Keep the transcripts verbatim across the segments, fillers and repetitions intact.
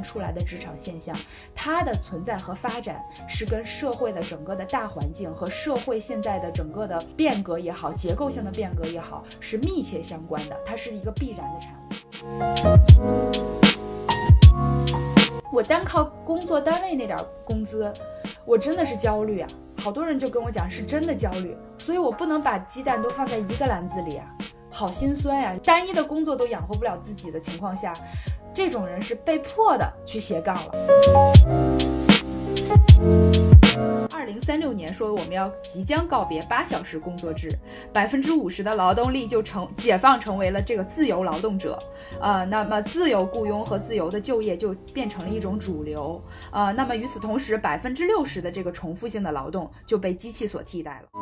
出来的职场现象，它的存在和发展是跟社会的整个的大环境和社会现在的整个的变革也好，结构性的变革也好，是密切相关的，它是一个必然的产物。我单靠工作单位那点工资，我真的是焦虑啊，好多人就跟我讲是真的焦虑，所以我不能把鸡蛋都放在一个篮子里啊，好心酸呀、啊！单一的工作都养活不了自己的情况下，这种人是被迫的去斜杠了。二零三六年说我们要即将告别八小时工作制，百分之五十的劳动力就成解放成为了这个自由劳动者，呃，那么自由雇佣和自由的就业就变成了一种主流，呃，那么与此同时，百分之六十的这个重复性的劳动就被机器所替代了。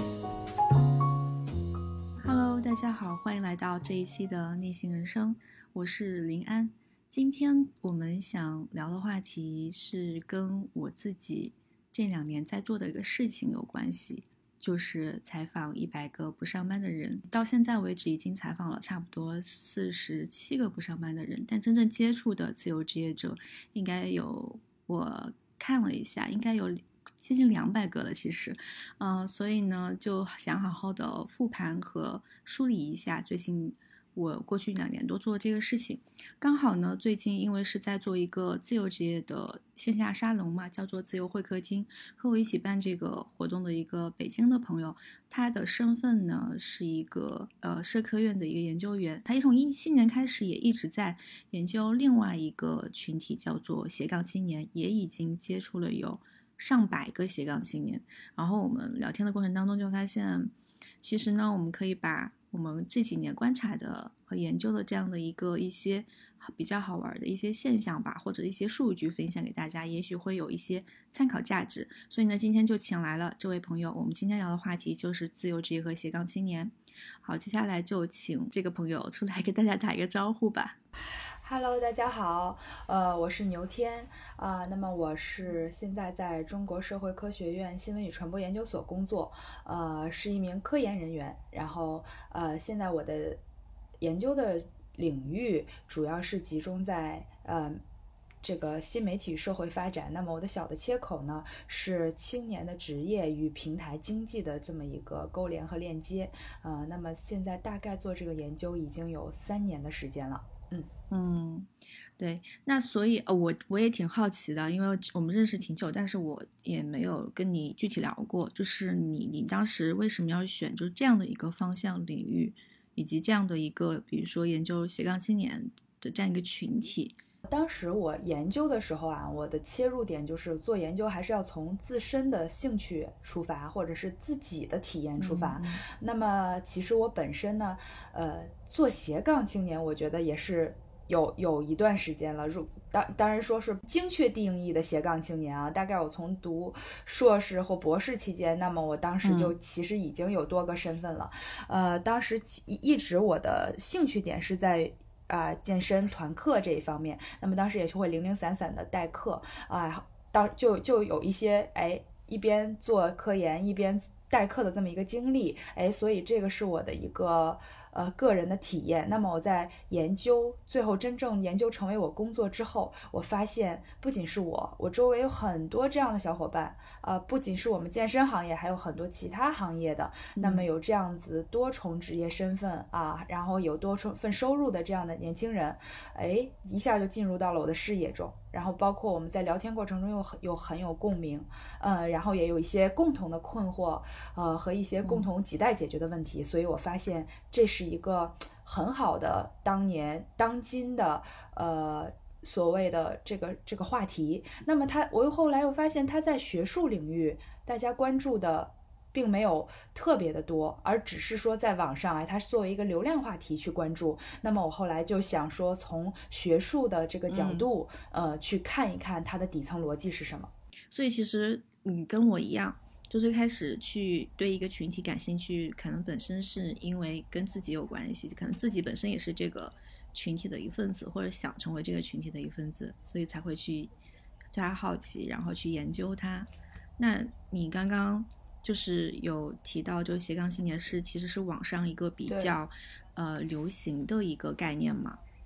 Hello， 大家好，欢迎来到这一期的逆行人生，我是林安。今天我们想聊的话题是跟我自己这两年在做的一个事情有关系，就是采访一百个不上班的人。到现在为止已经采访了差不多四十七个不上班的人，但真正接触的自由职业者应该有，我看了一下，应该有接近两百个了其实。呃，所以呢就想好好的复盘和梳理一下最近我过去两年多做这个事情。刚好呢最近因为是在做一个自由职业的线下沙龙嘛，叫做自由会客厅，和我一起办这个活动的一个北京的朋友，他的身份呢是一个呃社科院的一个研究员，他从一七年开始也一直在研究另外一个群体叫做斜杠青年，也已经接触了有上百个斜杠青年。然后我们聊天的过程当中就发现，其实呢我们可以把我们这几年观察的和研究的这样的一个一些比较好玩的一些现象吧，或者一些数据分享给大家，也许会有一些参考价值。所以呢今天就请来了这位朋友，我们今天聊的话题就是自由职业和斜杠青年。好，接下来就请这个朋友出来跟大家打一个招呼吧。 Hello， 大家好，呃，我是牛天啊、呃，那么我是现在在中国社会科学院新闻与传播研究所工作，呃，是一名科研人员。然后呃，现在我的研究的领域主要是集中在呃这个新媒体与社会发展。那么我的小的切口呢是青年的职业与平台经济的这么一个勾连和链接。呃，那么现在大概做这个研究已经有三年的时间了。嗯嗯，对，那所以呃，我我也挺好奇的，因为我们认识挺久，但是我也没有跟你具体聊过，就是你你当时为什么要选就是这样的一个方向领域，以及这样的一个比如说研究斜杠青年的这样一个群体。 当时我研究的时候啊，我的切入点就是做研究还是要从自身的兴趣出发，或者是自己的体验出发。嗯、那么其实我本身呢，呃，做斜杠青年，我觉得也是有有一段时间了。如当当然说是精确定义的斜杠青年啊，大概我从读硕士或博士期间，那么我当时就其实已经有多个身份了。嗯、呃，当时一直我的兴趣点是在。啊、呃，健身团课这一方面，那么当时也是会零零散散的代课啊、呃，当就就有一些哎，一边做科研一边代课的这么一个经历，哎，所以这个是我的一个呃个人的体验。那么我在研究最后真正研究成为我工作之后，我发现不仅是我，我周围有很多这样的小伙伴，呃，不仅是我们健身行业，还有很多其他行业的，那么有这样子多重职业身份啊，然后有多重份收入的这样的年轻人，哎，一下就进入到了我的视野中。然后包括我们在聊天过程中又很有很有共鸣，呃，然后也有一些共同的困惑，呃，和一些共同亟待解决的问题，嗯、所以我发现这是一个很好的当年当今的呃所谓的这个这个话题。那么他，我又后来又发现他在学术领域大家关注的并没有特别的多，而只是说在网上哎，它是作为一个流量话题去关注。那么我后来就想说，从学术的这个角度，嗯、呃，去看一看它的底层逻辑是什么。 所以其实你跟我一样，就最开始去对一个群体感兴趣，可能本身是因为跟自己有关系，可能自己本身也是这个群体的一份子，或者想成为这个群体的一份子，所以才会去对他好奇，然后去研究它。那你刚刚就是有提到，就斜杠青年是其实是网上一个比较呃流行的一个概念嘛？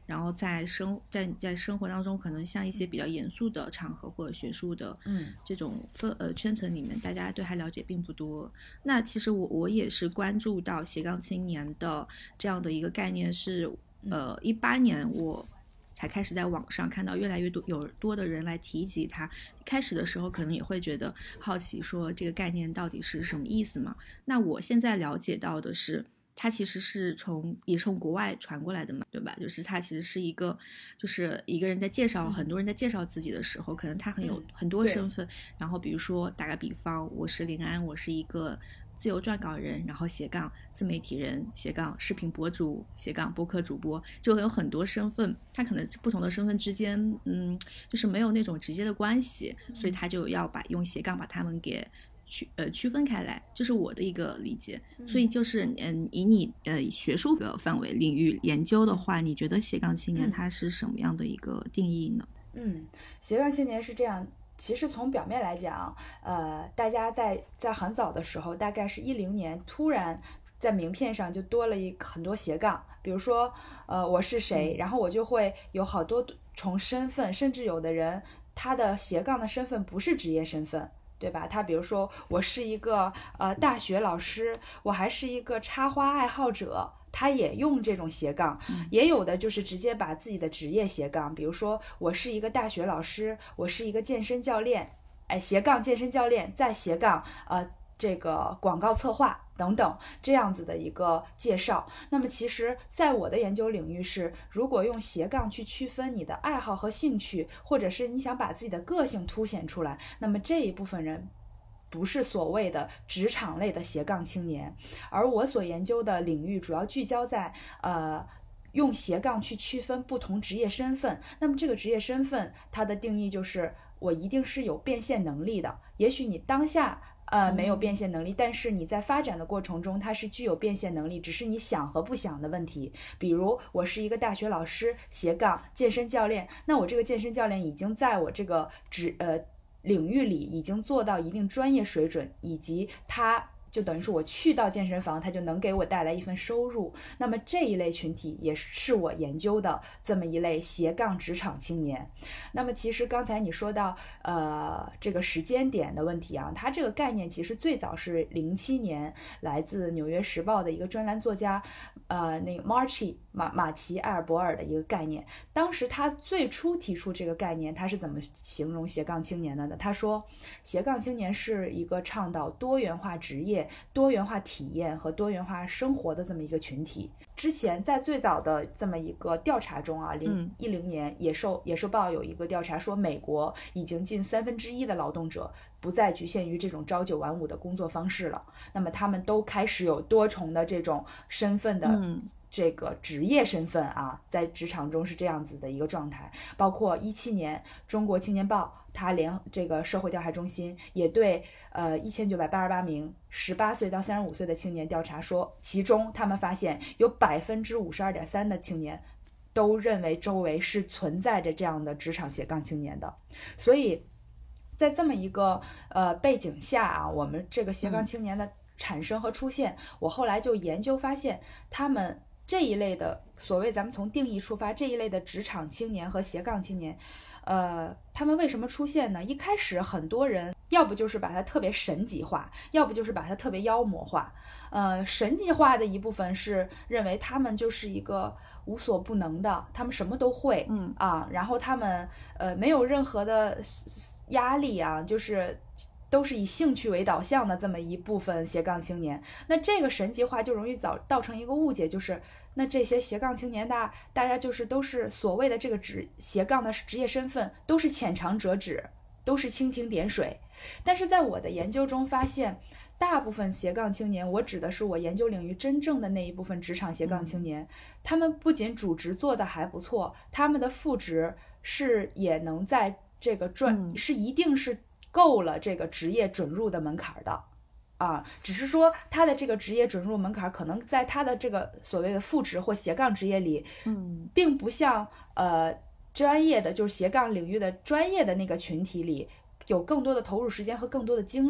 然后在生在在生活当中，可能像一些比较严肃的场合或者学术的这种分呃圈层里面，大家对他了解并不多。那其实我我也是关注到斜杠青年的这样的一个概念是，呃，一八年我才开始在网上看到越来越多有多的人来提及它。开始的时候可能也会觉得好奇，说这个概念到底是什么意思嘛？那我现在了解到的是，它其实是从也从国外传过来的嘛，对吧？就是它其实是一个，就是一个人在介绍、嗯、很多人在介绍自己的时候，可能他很有、嗯、很多身份。然后比如说打个比方，我是林安，我是一个自由撰稿人，然后斜杠自媒体人，斜杠视频博主，斜杠播客主播，就有很多身份。他可能不同的身份之间，嗯，就是没有那种直接的关系，所以他就要把用斜杠把他们给区呃区分开来，这是我的一个理解。所以就是嗯，以你呃学术的范围领域研究的话，你觉得斜杠青年它是什么样的一个定义呢？ 嗯，斜杠青年是这样。其实从表面来讲，呃，大家在在很早的时候，大概是一零年，突然在名片上就多了一很多斜杠，比如说，呃，我是谁，然后我就会有好多重身份，甚至有的人他的斜杠的身份不是职业身份。对吧？他比如说我是一个呃大学老师，我还是一个插花爱好者，他也用这种斜杠。也有的就是直接把自己的职业斜杠，比如说我是一个大学老师，我是一个健身教练，哎，斜杠健身教练，再斜杠呃这个广告策划等等这样子的一个介绍。那么其实在我的研究领域是，如果用斜杠去区分你的爱好和兴趣，或者是你想把自己的个性凸显出来，那么这一部分人不是所谓的职场类的斜杠青年。而我所研究的领域主要聚焦在呃用斜杠去区分不同职业身份。那么这个职业身份它的定义就是我一定是有变现能力的，也许你当下呃，没有变现能力，但是你在发展的过程中它是具有变现能力，只是你想和不想的问题。比如我是一个大学老师斜杠健身教练，那我这个健身教练已经在我这个职呃领域里已经做到一定专业水准，以及他就等于是我去到健身房，它就能给我带来一份收入。那么这一类群体也是我研究的这么一类斜杠职场青年。那么其实刚才你说到呃这个时间点的问题啊，它这个概念其实最早是零七年来自纽约时报的一个专栏作家呃那个 Marchi 马马奇埃尔伯尔的一个概念。当时他最初提出这个概念，他是怎么形容斜杠青年的呢？他说斜杠青年是一个倡导多元化职业、多元化体验和多元化生活的这么一个群体。之前在最早的这么一个调查中啊，零一零年野兽野兽报有一个调查说，美国已经近三分之一的劳动者不再局限于这种朝九晚五的工作方式了，那么他们都开始有多重的这种身份的这个职业身份啊，在职场中是这样子的一个状态。包括一七年中国青年报它联这个社会调查中心也对呃一千九百八十八名十八岁到三十五岁的青年调查说，其中他们发现有百分之五十二点三的青年都认为周围是存在着这样的职场斜杠青年的。所以在这么一个呃背景下啊，我们这个斜杠青年的产生和出现，嗯、我后来就研究发现，他们这一类的所谓咱们从定义出发，这一类的职场青年和斜杠青年，呃，他们为什么出现呢？一开始很多人要不就是把它特别神级化，要不就是把它特别妖魔化。呃，神级化的一部分是认为他们就是一个无所不能的，他们什么都会，嗯啊，然后他们呃没有任何的压力啊，就是都是以兴趣为导向的这么一部分斜杠青年。那这个神级化就容易造造成一个误解，就是那这些斜杠青年大大家就是都是所谓的这个职斜杠的职业身份都是浅尝辄止，都是蜻蜓点水。但是在我的研究中发现，大部分斜杠青年，我指的是我研究领域真正的那一部分职场斜杠青年，嗯、他们不仅主职做得还不错，他们的副职是也能在这个专、嗯、是一定是够了这个职业准入的门槛的啊，只是说他的这个职业准入门槛可能在他的这个所谓的副职或斜杠职业里，嗯，并不像呃专业的就是斜杠领域的专业的那个群体里有更多的投入时间和更多的精力，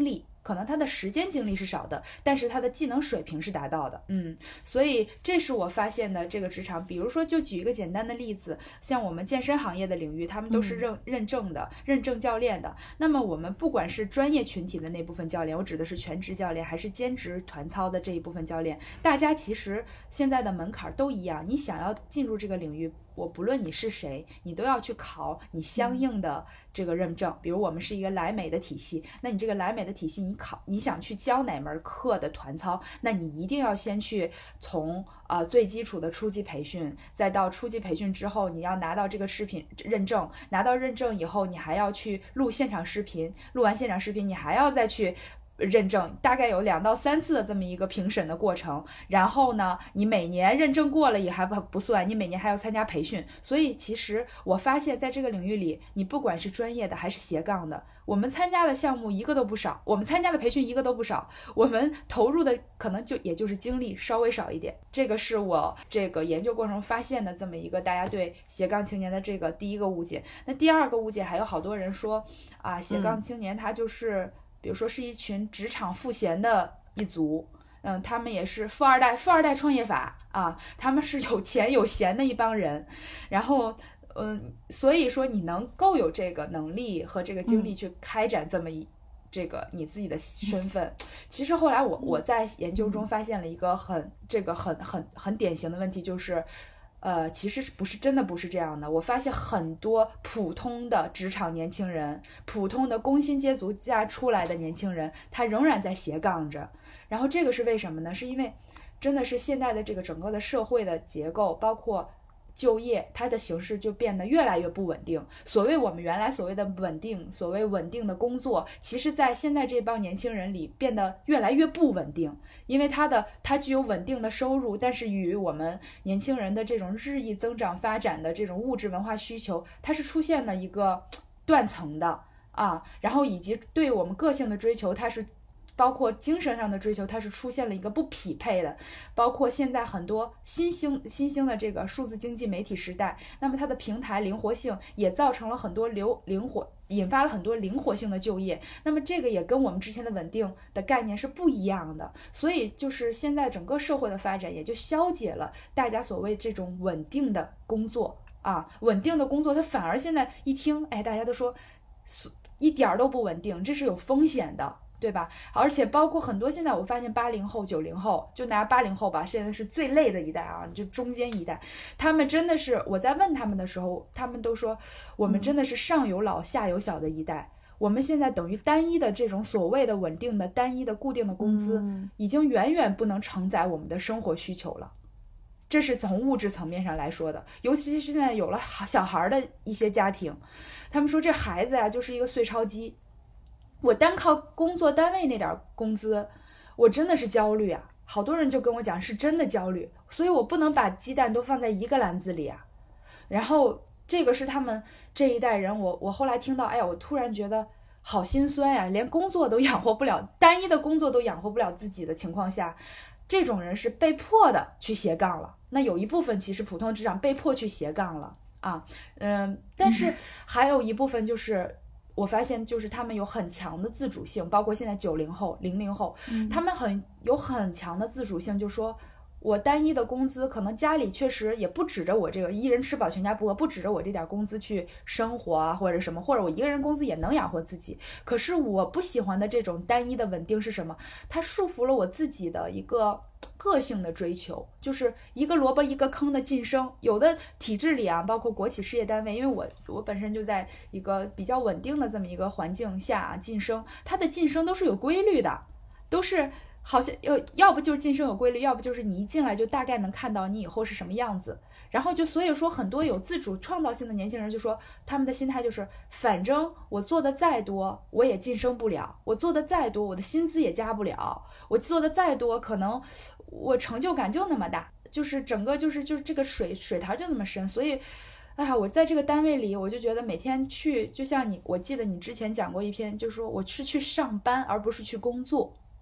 可能他的时间精力是少的，但是他的技能水平是达到的。嗯，所以这是我发现的这个职场。比如说就举一个简单的例子，像我们健身行业的领域，他们都是认、嗯、认证的认证教练的，那么我们不管是专业群体的那部分教练，我指的是全职教练还是兼职团操的这一部分教练，大家其实现在的门槛都一样，你想要进入这个领域，我不论你是谁，你都要去考你相应的这个认证。比如我们是一个莱美的体系，那你这个莱美的体系，你考你想去教哪门课的团操，那你一定要先去从呃最基础的初级培训，再到初级培训之后，你要拿到这个视频认证，拿到认证以后，你还要去录现场视频，录完现场视频，你还要再去认证，大概有两到三次的这么一个评审的过程。然后呢，你每年认证过了也还不不算，你每年还要参加培训。所以其实我发现在这个领域里，你不管是专业的还是斜杠的，我们参加的项目一个都不少，我们参加的培训一个都不少，我们投入的可能就也就是精力稍微少一点。这个是我这个研究过程中发现的这么一个大家对斜杠青年的这个第一个误解。那第二个误解，还有好多人说啊，斜杠青年他就是、嗯比如说是一群职场赋闲的一族，嗯，他们也是富二代，富二代创业法啊，他们是有钱有闲的一帮人，然后，嗯，所以说你能够有这个能力和这个精力去开展这么一、嗯、这个你自己的身份。其实后来我我在研究中发现了一个很这个很很很典型的问题，就是。呃，其实不是真的不是这样的。我发现很多普通的职场年轻人，普通的工薪阶族家出来的年轻人，他仍然在斜杠着。然后这个是为什么呢？是因为真的是现在的这个整个的社会的结构，包括就业，它的形式就变得越来越不稳定。所谓我们原来所谓的稳定，所谓稳定的工作，其实在现在这帮年轻人里变得越来越不稳定。因为它的它具有稳定的收入，但是与我们年轻人的这种日益增长发展的这种物质文化需求，它是出现了一个断层的啊，然后以及对我们个性的追求，它是包括精神上的追求，它是出现了一个不匹配的。包括现在很多新兴新兴的这个数字经济媒体时代，那么它的平台灵活性也造成了很多流灵活引发了很多灵活性的就业，那么这个也跟我们之前的稳定的概念是不一样的。所以就是现在整个社会的发展也就消解了大家所谓这种稳定的工作啊，稳定的工作它反而现在一听，哎，大家都说一点都不稳定，这是有风险的，对吧？而且包括很多现在我发现八零后九零后，就拿八零后吧，现在是最累的一代啊，就中间一代，他们真的是我在问他们的时候，他们都说我们真的是上有老下有小的一代、嗯、我们现在等于单一的这种所谓的稳定的单一的固定的工资、嗯、已经远远不能承载我们的生活需求了，这是从物质层面上来说的。尤其是现在有了小孩的一些家庭，他们说这孩子啊就是一个碎钞机，我单靠工作单位那点工资，我真的是焦虑啊。好多人就跟我讲是真的焦虑，所以我不能把鸡蛋都放在一个篮子里啊。然后这个是他们这一代人，我我后来听到，哎呀，我突然觉得好心酸呀，连工作都养活不了，单一的工作都养活不了自己的情况下，这种人是被迫的去斜杠了。那有一部分其实普通职场被迫去斜杠了啊，嗯，但是还有一部分就是我发现就是他们有很强的自主性，包括现在九零后零零后、嗯、他们很有很强的自主性，就说我单一的工资可能家里确实也不指着我这个一人吃饱全家不饿，不指着我这点工资去生活啊，或者什么，或者我一个人工资也能养活自己。可是我不喜欢的这种单一的稳定是什么？它束缚了我自己的一个个性的追求，就是一个萝卜一个坑的晋升。有的体制里啊，包括国企事业单位，因为我我本身就在一个比较稳定的这么一个环境下啊晋升，它的晋升都是有规律的，都是好像要要不就是晋升有规律，要不就是你一进来就大概能看到你以后是什么样子。然后就所以说很多有自主创造性的年轻人就说他们的心态就是反正我做的再多我也晋升不了，我做的再多我的薪资也加不了，我做的再多可能我成就感就那么大，就是整个就是就是这个水水潭就那么深。所以哎呀，我在这个单位里我就觉得每天去，就像你我记得你之前讲过一篇，就是说我是去上班而不是去工作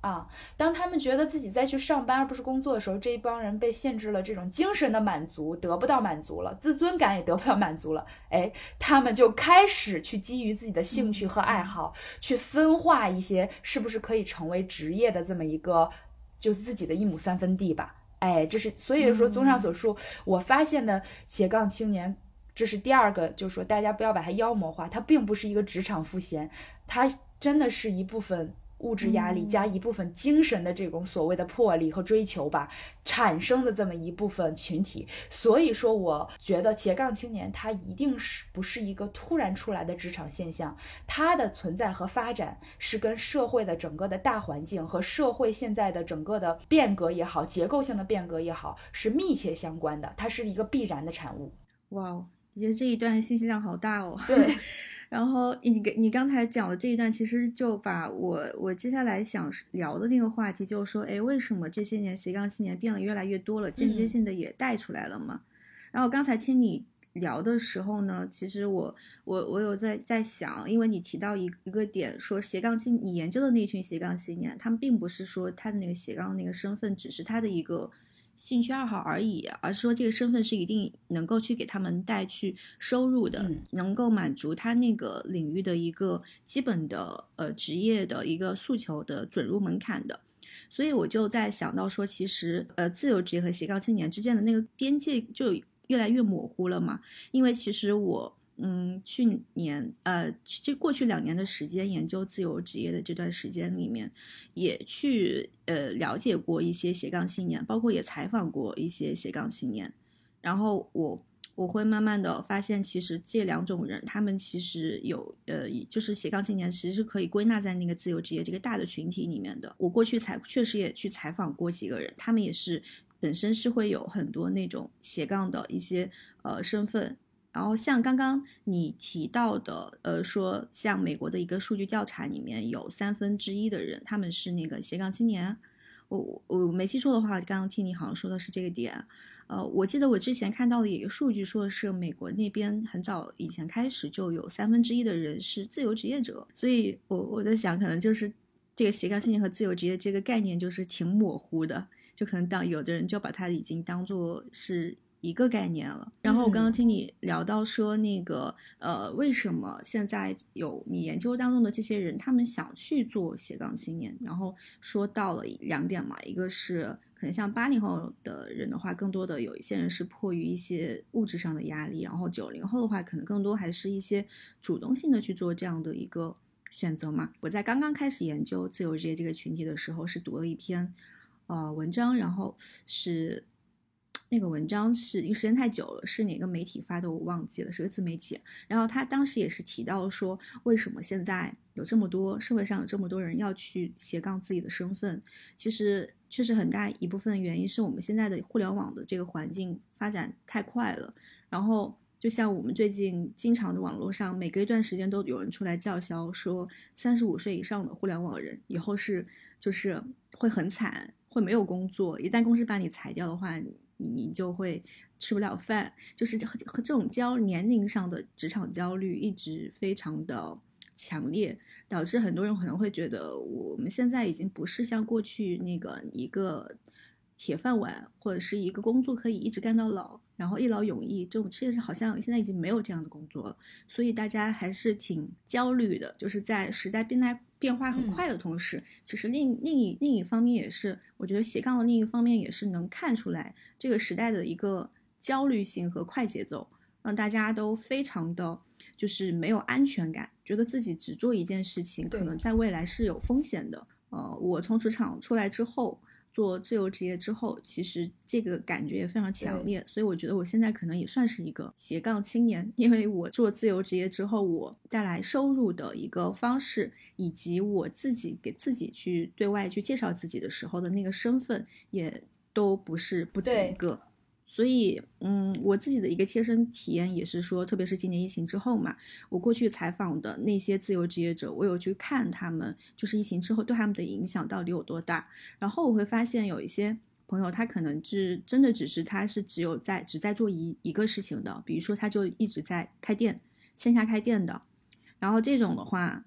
啊，当他们觉得自己再去上班而不是工作的时候，这一帮人被限制了这种精神的满足，得不到满足了，自尊感也得不到满足了，哎，他们就开始去基于自己的兴趣和爱好、嗯、去分化一些是不是可以成为职业的这么一个就自己的一亩三分地吧。哎，这是所以说综上所述、嗯、我发现的斜杠青年，这是第二个，就是说大家不要把它妖魔化，它并不是一个职场赋闲，它真的是一部分物质压力加一部分精神的这种所谓的魄力和追求吧产生的这么一部分群体。所以说我觉得斜杠青年它一定是不是一个突然出来的职场现象，它的存在和发展是跟社会的整个的大环境和社会现在的整个的变革也好，结构性的变革也好，是密切相关的，它是一个必然的产物。 哇，我觉得这一段信息量好大哦。 对然后你你刚才讲的这一段，其实就把我我接下来想聊的那个话题，就是说，哎，为什么这些年斜杠青年变得越来越多了，间接性的也带出来了嘛？嗯、然后刚才听你聊的时候呢，其实我我我有在在想，因为你提到一一个点，说斜杠青，你研究的那群斜杠青年，他们并不是说他的那个斜杠那个身份只是他的一个兴趣爱好而已，而是说这个身份是一定能够去给他们带去收入的、嗯、能够满足他那个领域的一个基本的呃职业的一个诉求的准入门槛的。所以我就在想到说，其实呃自由职业和斜杠青年之间的那个边界就越来越模糊了嘛。因为其实我嗯，去年呃，这过去两年的时间研究自由职业的这段时间里面，也去呃了解过一些斜杠青年，包括也采访过一些斜杠青年。然后我我会慢慢的发现，其实这两种人，他们其实有呃，就是斜杠青年，其实是可以归纳在那个自由职业这个大的群体里面的。我过去采确实也去采访过几个人，他们也是本身是会有很多那种斜杠的一些呃身份。然后像刚刚你提到的，呃，说像美国的一个数据调查里面有三分之一的人他们是那个斜杠青年，我我没记错的话，刚刚听你好像说的是这个点。呃，我记得我之前看到的一个数据说的是美国那边很早以前开始就有三分之一的人是自由职业者，所以我我在想，可能就是这个斜杠青年和自由职业这个概念就是挺模糊的，就可能当有的人就把它已经当作是一个概念了。然后我刚刚听你聊到说那个、嗯、呃，为什么现在有你研究当中的这些人他们想去做斜杠青年，然后说到了两点嘛，一个是可能像八零后的人的话，更多的有一些人是迫于一些物质上的压力，然后九零后的话可能更多还是一些主动性的去做这样的一个选择嘛。我在刚刚开始研究自由职业这个群体的时候，是读了一篇呃文章，然后是那个文章是因为时间太久了，是哪个媒体发的我忘记了，是个自媒体。然后他当时也是提到说，为什么现在有这么多社会上有这么多人要去斜杠自己的身份，其实确实很大一部分原因是我们现在的互联网的这个环境发展太快了。然后就像我们最近经常的网络上每隔一段时间都有人出来叫嚣说，三十五岁以上的互联网人以后是就是会很惨，会没有工作，一旦公司把你裁掉的话，你你就会吃不了饭，就是和和这种焦年龄上的职场焦虑一直非常的强烈，导致很多人可能会觉得我们现在已经不是像过去那个一个铁饭碗或者是一个工作可以一直干到老，然后一劳永逸，这种确实好像现在已经没有这样的工作了，所以大家还是挺焦虑的，就是在时代变态变化很快的同时、嗯、其实另另一另一方面也是，我觉得斜杠的另一方面也是能看出来这个时代的一个焦虑性和快节奏，让大家都非常的就是没有安全感，觉得自己只做一件事情可能在未来是有风险的。呃，我从职场出来之后做自由职业之后，其实这个感觉也非常强烈，所以我觉得我现在可能也算是一个斜杠青年，因为我做自由职业之后，我带来收入的一个方式，以及我自己给自己去对外去介绍自己的时候的那个身份，也都不是不止一个。所以嗯，我自己的一个切身体验也是说，特别是今年疫情之后嘛，我过去采访的那些自由职业者，我有去看他们就是疫情之后对他们的影响到底有多大，然后我会发现有一些朋友他可能是真的只是他是只有在只在做一一个事情的，比如说他就一直在开店，线下开店的，然后这种的话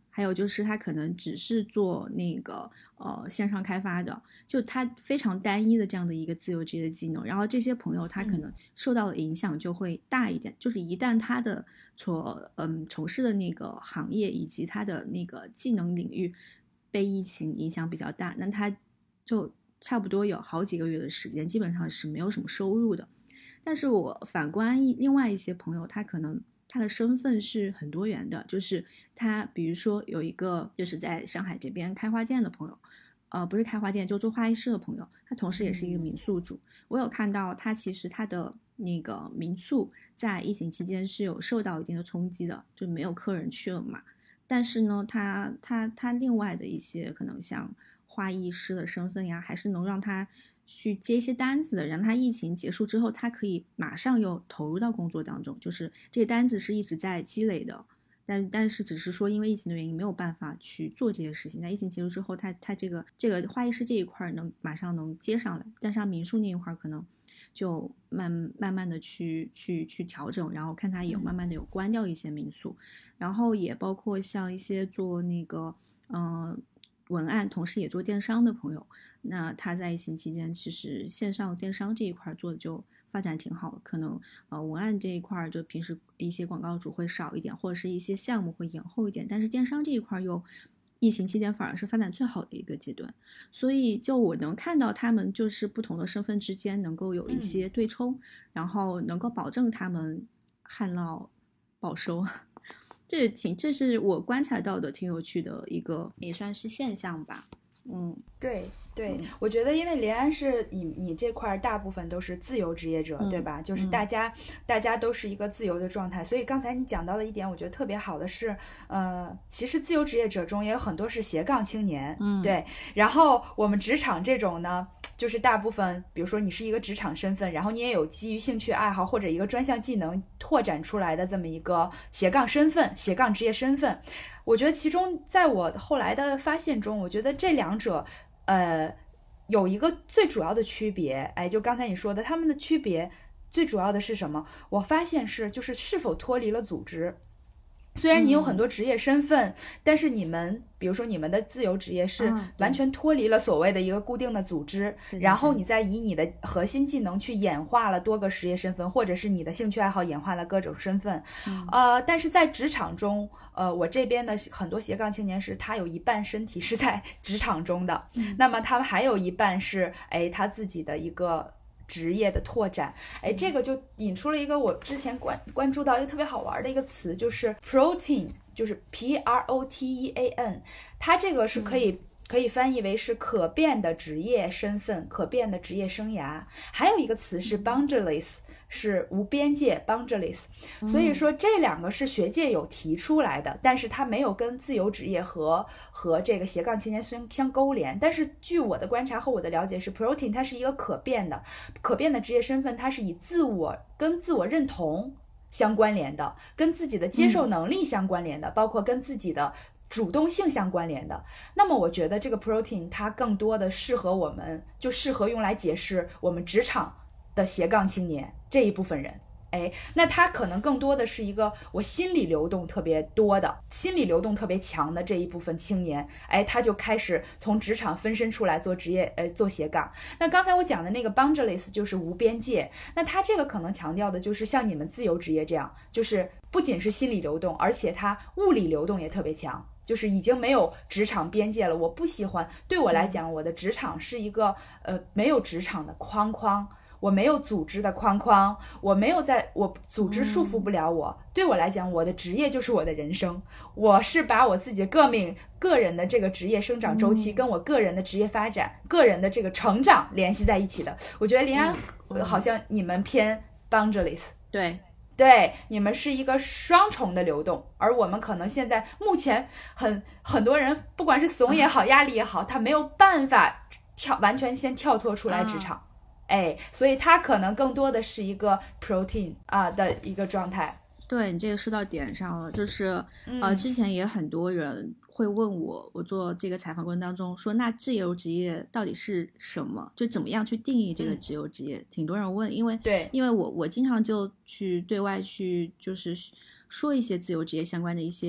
还有就是他可能只是做那个呃线上开发的，就他非常单一的这样的一个自由职业的技能，然后这些朋友他可能受到的影响就会大一点，嗯、就是一旦他的所嗯从事的那个行业以及他的那个技能领域被疫情影响比较大，那他就差不多有好几个月的时间基本上是没有什么收入的。但是我反观另外一些朋友，他可能他的身份是很多元的，就是他比如说有一个就是在上海这边开花店的朋友，呃，不是开花店，就做花艺师的朋友，他同时也是一个民宿主。我有看到他其实他的那个民宿在疫情期间是有受到一定的冲击的，就没有客人去了嘛。但是呢，他他他另外的一些可能像花艺师的身份呀，还是能让他去接一些单子的，让他疫情结束之后，他可以马上又投入到工作当中，就是这个单子是一直在积累的，但但是只是说因为疫情的原因没有办法去做这些事情。在疫情结束之后，他他这个这个花艺师这一块能马上能接上来，但是他民宿那一块可能就慢慢慢的去去去调整，然后看他有慢慢的有关掉一些民宿，然后也包括像一些做那个嗯、呃、文案，同时也做电商的朋友。那他在疫情期间其实线上电商这一块做的就发展挺好的，可能呃文案这一块就平时一些广告主会少一点，或者是一些项目会延后一点，但是电商这一块又疫情期间反而是发展最好的一个阶段。所以就我能看到他们就是不同的身份之间能够有一些对冲、嗯、然后能够保证他们旱涝保收，这挺这是我观察到的挺有趣的一个也算是现象吧。嗯， 对对、嗯，我觉得因为连安是你你这块大部分都是自由职业者、嗯、对吧，就是大家、嗯、大家都是一个自由的状态，所以刚才你讲到的一点我觉得特别好的是呃，其实自由职业者中也有很多是斜杠青年，嗯，对，然后我们职场这种呢就是大部分比如说你是一个职场身份，然后你也有基于兴趣爱好或者一个专项技能拓展出来的这么一个斜杠身份斜杠职业身份。我觉得其中在我后来的发现中，我觉得这两者呃有一个最主要的区别，哎，就刚才你说的他们的区别最主要的是什么？我发现是就是是否脱离了组织。虽然你有很多职业身份、嗯、但是你们比如说你们的自由职业是完全脱离了所谓的一个固定的组织、嗯、然后你再以你的核心技能去演化了多个职业身份，或者是你的兴趣爱好演化了各种身份、嗯、呃，但是在职场中呃，我这边的很多斜杠青年是他有一半身体是在职场中的、嗯、那么他们还有一半是哎他自己的一个职业的拓展。哎，这个就引出了一个我之前关关注到一个特别好玩的一个词，就是 protein， 就是 P R O T E A N， 它这个是可以、嗯、可以翻译为是可变的职业身份，可变的职业生涯。还有一个词是 boundaryless，是无边界 boundaryless， 所以说这两个是学界有提出来的、嗯、但是它没有跟自由职业和和这个斜杠青年相相勾连。但是据我的观察和我的了解是 protein 它是一个可变的可变的职业身份，它是以自我跟自我认同相关联的，跟自己的接受能力相关联的、嗯、包括跟自己的主动性相关联的。那么我觉得这个 protein 它更多的适合我们，就适合用来解释我们职场的斜杠青年这一部分人。哎，那他可能更多的是一个我心理流动特别多的心理流动特别强的这一部分青年，哎，他就开始从职场分身出来做职业呃做斜杠。那刚才我讲的那个 boundaryless 就是无边界，那他这个可能强调的就是像你们自由职业这样，就是不仅是心理流动，而且他物理流动也特别强，就是已经没有职场边界了。我不喜欢，对我来讲我的职场是一个呃没有职场的框框，我没有组织的框框，我没有在我组织束缚不了我、嗯、对我来讲我的职业就是我的人生，我是把我自己个命个人的这个职业生长周期、嗯、跟我个人的职业发展个人的这个成长联系在一起的。我觉得林安、嗯、好像你们偏 boundaryless， 对对，你们是一个双重的流动，而我们可能现在目前很很多人不管是怂也好压力也好，他没有办法跳完全先跳脱出来职场、嗯哎，所以它可能更多的是一个 protein 啊的一个状态。 对，你这个说到点上了，就是、嗯、呃，之前也很多人会问我，我做这个采访过程当中说，那自由职业到底是什么？就怎么样去定义这个自由职业？嗯、挺多人问，因为对， 因为我我经常就去对外去就是说一些自由职业相关的一些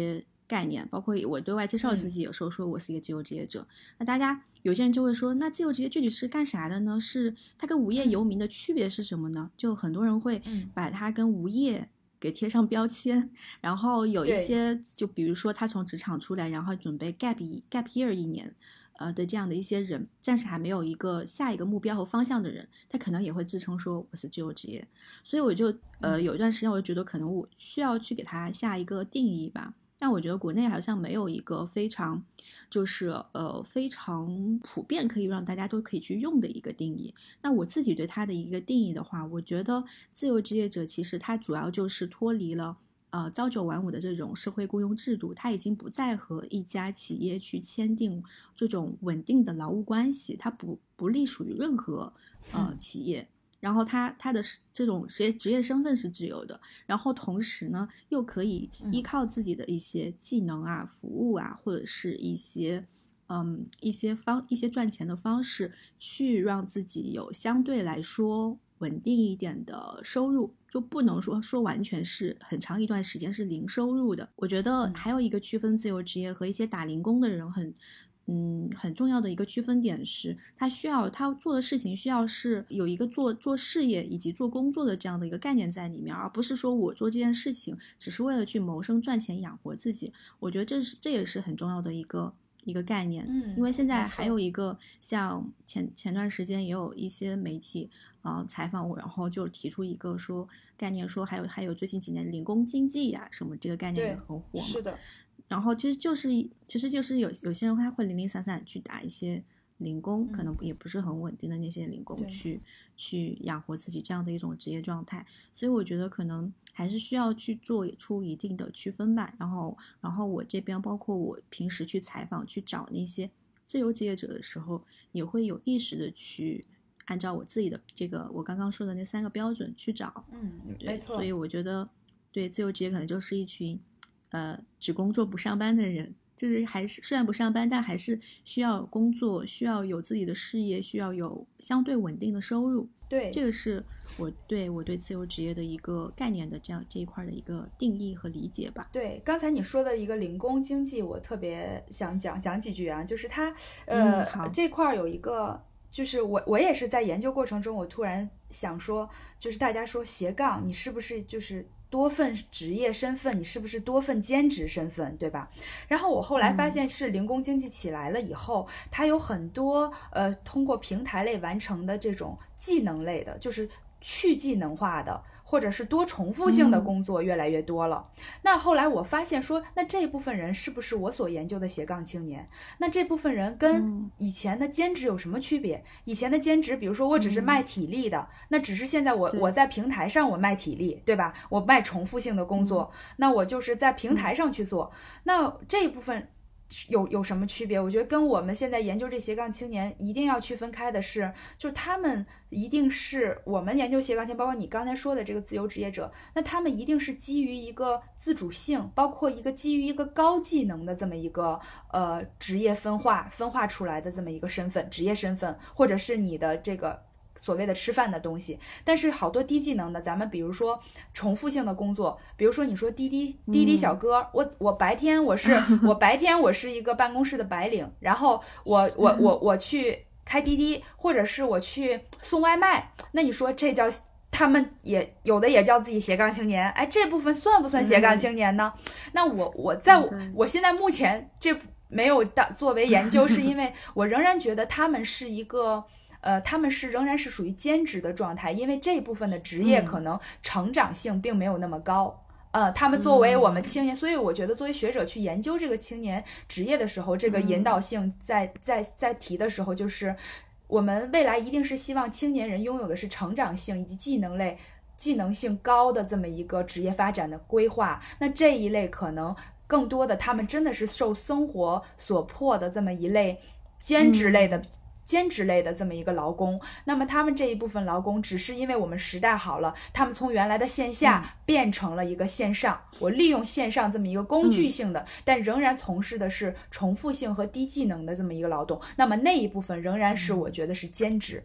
概念，包括我对外介绍自己有时候说我是一个自由职业者、嗯、那大家有些人就会说，那自由职业具体是干啥的呢？是它跟无业游民的区别是什么呢？就很多人会把它跟无业给贴上标签，然后有一些就比如说他从职场出来，然后准备 gap gap year 一年呃的这样的一些人，暂时还没有一个下一个目标和方向的人，他可能也会自称说我是自由职业。所以我就呃有一段时间我就觉得可能我需要去给他下一个定义吧。但我觉得国内好像没有一个非常就是呃非常普遍可以让大家都可以去用的一个定义。那我自己对它的一个定义的话，我觉得自由职业者其实它主要就是脱离了呃朝九晚五的这种社会雇佣制度，它已经不再和一家企业去签订这种稳定的劳务关系，它不不隶属于任何呃企业。嗯，然后他他的这种职业职业身份是自由的，然后同时呢又可以依靠自己的一些技能啊、服务啊，或者是一些嗯一些方一些赚钱的方式，去让自己有相对来说稳定一点的收入，就不能说说完全是很长一段时间是零收入的。我觉得还有一个区分自由职业和一些打零工的人很嗯，很重要的一个区分点是，他需要他做的事情需要是有一个做做事业以及做工作的这样的一个概念在里面，而不是说我做这件事情只是为了去谋生赚钱养活自己。我觉得这是这也是很重要的一个一个概念。 嗯， 因为现在还有一个像前前段时间也有一些媒体呃采访我，然后就提出一个说概念，说还有还有最近几年零工经济呀、啊、什么这个概念也很火嘛。 是的。 然后其实就是其实就是有有些人他会零零散散去打一些零工、嗯、可能也不是很稳定的那些零工去去养活自己这样的一种职业状态。所以我觉得可能还是需要去做出一定的区分吧。然后然后我这边包括我平时去采访去找那些自由职业者的时候，也会有意识的去按照我自己的这个我刚刚说的那三个标准去找。 嗯，没错。 所以我觉得对自由职业可能就是一群呃，只工作不上班的人，就是还是虽然不上班，但还是需要工作，需要有自己的事业，需要有相对稳定的收入。 对， 这个是我对我对自由职业的一个概念的这样这一块的一个定义和理解吧。 对，刚才你说的一个零工经济，我特别想讲讲几句啊，就是它呃、嗯、这块有一个。就是我我也是在研究过程中，我突然想说，就是大家说斜杠，你是不是就是多份职业身份，你是不是多份兼职身份，对吧？然后我后来发现是零工经济起来了以后，嗯、它有很多呃通过平台类完成的这种技能类的，就是去技能化的，或者是多重复性的工作越来越多了。嗯、那后来我发现说，那这部分人是不是我所研究的斜杠青年？那这部分人跟以前的兼职有什么区别？嗯、以前的兼职，比如说我只是卖体力的，嗯、那只是现在我我在平台上我卖体力，对吧？我卖重复性的工作，嗯、那我就是在平台上去做。嗯、那这一部分有有什么区别？我觉得跟我们现在研究这斜杠青年一定要区分开的是，就是他们一定是我们研究斜杠青年，包括你刚才说的这个自由职业者，那他们一定是基于一个自主性，包括一个基于一个高技能的这么一个呃职业分化分化出来的这么一个身份，职业身份，或者是你的这个所谓的吃饭的东西。但是好多低技能的，咱们比如说重复性的工作，比如说你说滴滴滴滴小哥，嗯、我我白天我是我白天我是一个办公室的白领，然后我我我我去开滴滴，或者是我去送外卖，那你说这叫他们也有的也叫自己斜杠青年，哎，这部分算不算斜杠青年呢？嗯、那我我在我我现在目前这没有当作为研究，是因为我仍然觉得他们是一个。呃，他们是仍然是属于兼职的状态，因为这部分的职业可能成长性并没有那么高。嗯、呃，他们作为我们青年，所以我觉得作为学者去研究这个青年职业的时候，这个引导性在在在提的时候，就是我们未来一定是希望青年人拥有的是成长性以及技能类、技能性高的这么一个职业发展的规划。那这一类可能更多的，他们真的是受生活所迫的这么一类兼职类的。嗯兼职类的这么一个劳工，那么他们这一部分劳工只是因为我们时代好了，他们从原来的线下变成了一个线上，嗯、我利用线上这么一个工具性的，嗯、但仍然从事的是重复性和低技能的这么一个劳动，那么那一部分仍然是我觉得是兼职。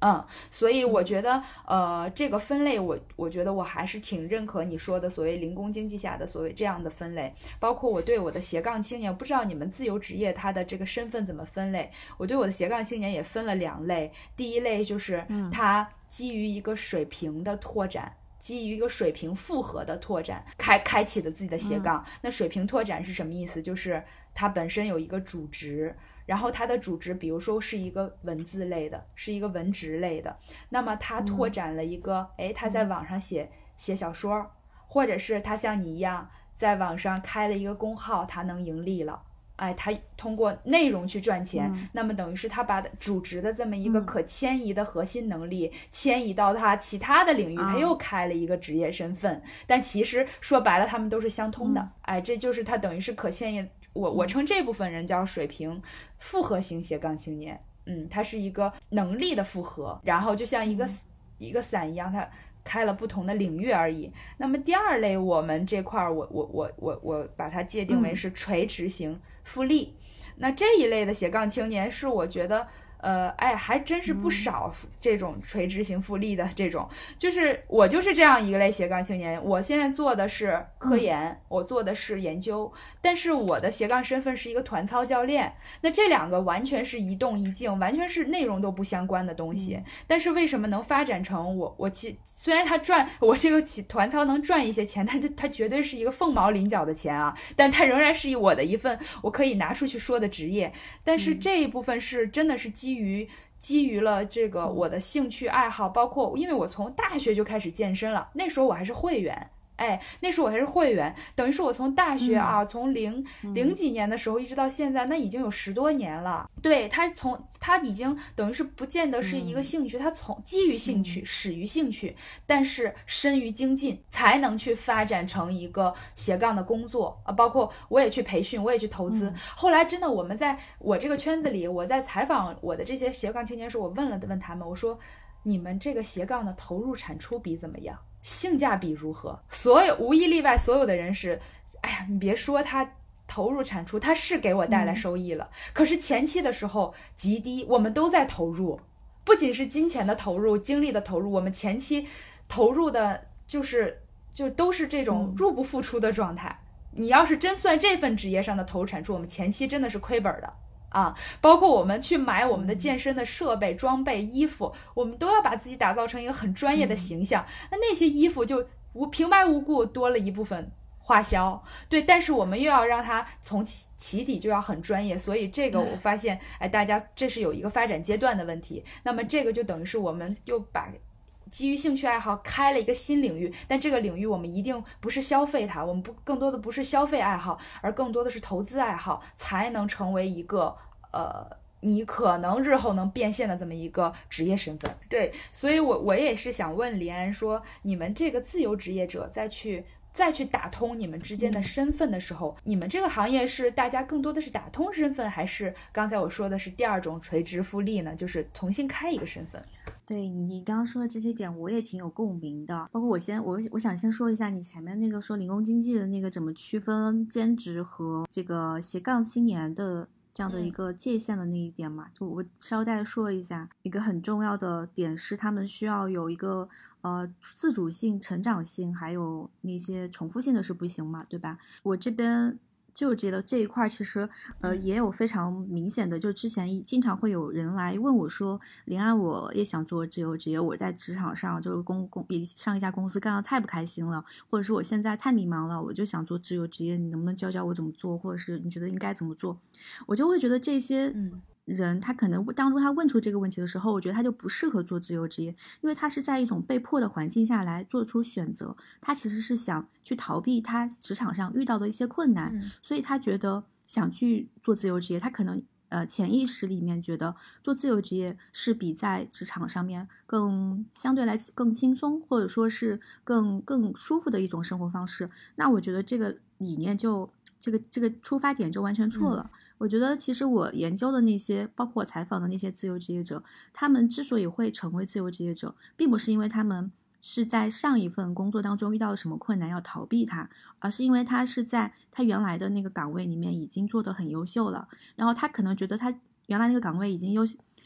嗯，所以我觉得，呃，这个分类我，我觉得我还是挺认可你说的所谓零工经济下的所谓这样的分类。包括我对我的斜杠青年，不知道你们自由职业他的这个身份怎么分类？我对我的斜杠青年也分了两类。第一类就是他基于一个水平的拓展。嗯基于一个水平复合的拓展开开启的自己的斜杠、嗯、那水平拓展是什么意思？就是它本身有一个主职，然后它的主职比如说是一个文字类的，是一个文职类的，那么它拓展了一个哎、嗯，他在网上写写小说，或者是他像你一样在网上开了一个公号，他能盈利了，哎，他通过内容去赚钱、嗯、那么等于是他把主职的这么一个可迁移的核心能力、嗯、迁移到他其他的领域、啊、他又开了一个职业身份，但其实说白了他们都是相通的、嗯、哎，这就是他等于是可迁移，我我称这部分人叫水平复合型斜杠青年。嗯，它是一个能力的复合，然后就像一个、嗯、一个伞一样，它开了不同的领域而已。那么第二类我们这块我我我我我把它界定为是垂直型复利、嗯、那这一类的斜杠青年是我觉得呃，哎，还真是不少这种垂直型复利的这种、嗯、就是我就是这样一个类斜杠青年。我现在做的是科研、嗯、我做的是研究，但是我的斜杠身份是一个团操教练，那这两个完全是一动一静，完全是内容都不相关的东西、嗯、但是为什么能发展成我我其虽然他赚我这个团操能赚一些钱，但是它绝对是一个凤毛麟角的钱啊，但它仍然是我的一份我可以拿出去说的职业。但是这一部分是真的是基于基于基于了这个我的兴趣爱好，包括因为我从大学就开始健身了，那时候我还是会员，哎，那时候我还是会员，等于是我从大学啊，嗯、从零零几年的时候一直到现在，那已经有十多年了。对，他从他已经等于是不见得是一个兴趣，他、嗯、从基于兴趣、嗯、始于兴趣，但是深于精进，才能去发展成一个斜杠的工作啊。包括我也去培训，我也去投资。嗯、后来真的，我们在我这个圈子里，我在采访我的这些斜杠青年时，我问了问他们，我说你们这个斜杠的投入产出比怎么样？性价比如何？所有无一例外，所有的人是，哎呀，你别说他投入产出，他是给我带来收益了、嗯、可是前期的时候极低，我们都在投入，不仅是金钱的投入，精力的投入，我们前期投入的就是就都是这种入不敷出的状态、嗯、你要是真算这份职业上的投入产出，我们前期真的是亏本的啊，包括我们去买我们的健身的设备、装备、衣服，我们都要把自己打造成一个很专业的形象。那、嗯、那些衣服就无平白无故多了一部分花销，对，但是我们又要让它从起起底就要很专业，所以这个我发现，哎，大家这是有一个发展阶段的问题。那么这个就等于是我们又把基于兴趣爱好开了一个新领域，但这个领域我们一定不是消费它，我们不更多的不是消费爱好，而更多的是投资爱好，才能成为一个呃你可能日后能变现的这么一个职业身份。对，所以我我也是想问黎安说，你们这个自由职业者再去再去打通你们之间的身份的时候、嗯、你们这个行业是大家更多的是打通身份，还是刚才我说的是第二种垂直复利呢，就是重新开一个身份？ 对，你你刚刚说的这些点我也挺有共鸣的，包括我先我我想先说一下你前面那个说零工经济的那个怎么区分兼职和这个斜杠青年的这样的一个界限的那一点嘛、嗯、就我稍带说一下，一个很重要的点是他们需要有一个呃自主性、成长性，还有那些重复性的是不行嘛，对吧？我这边就觉得这一块其实呃也有非常明显的，就之前经常会有人来问我说，林安我也想做自由职业，我在职场上就是公公也上一家公司干得太不开心了，或者是我现在太迷茫了，我就想做自由职业，你能不能教教我怎么做，或者是你觉得应该怎么做？我就会觉得这些人他可能当初他问出这个问题的时候，我觉得他就不适合做自由职业，因为他是在一种被迫的环境下来做出选择，他其实是想去逃避他职场上遇到的一些困难、嗯、所以他觉得想去做自由职业，他可能呃潜意识里面觉得做自由职业是比在职场上面更相对来更轻松，或者说是更更舒服的一种生活方式。那我觉得这个理念就这个这个出发点就完全错了、嗯，我觉得其实我研究的那些包括我采访的那些自由职业者，他们之所以会成为自由职业者，并不是因为他们是在上一份工作当中遇到了什么困难要逃避它，而是因为他是在他原来的那个岗位里面已经做得很优秀了，然后他可能觉得他原来那个岗位已经优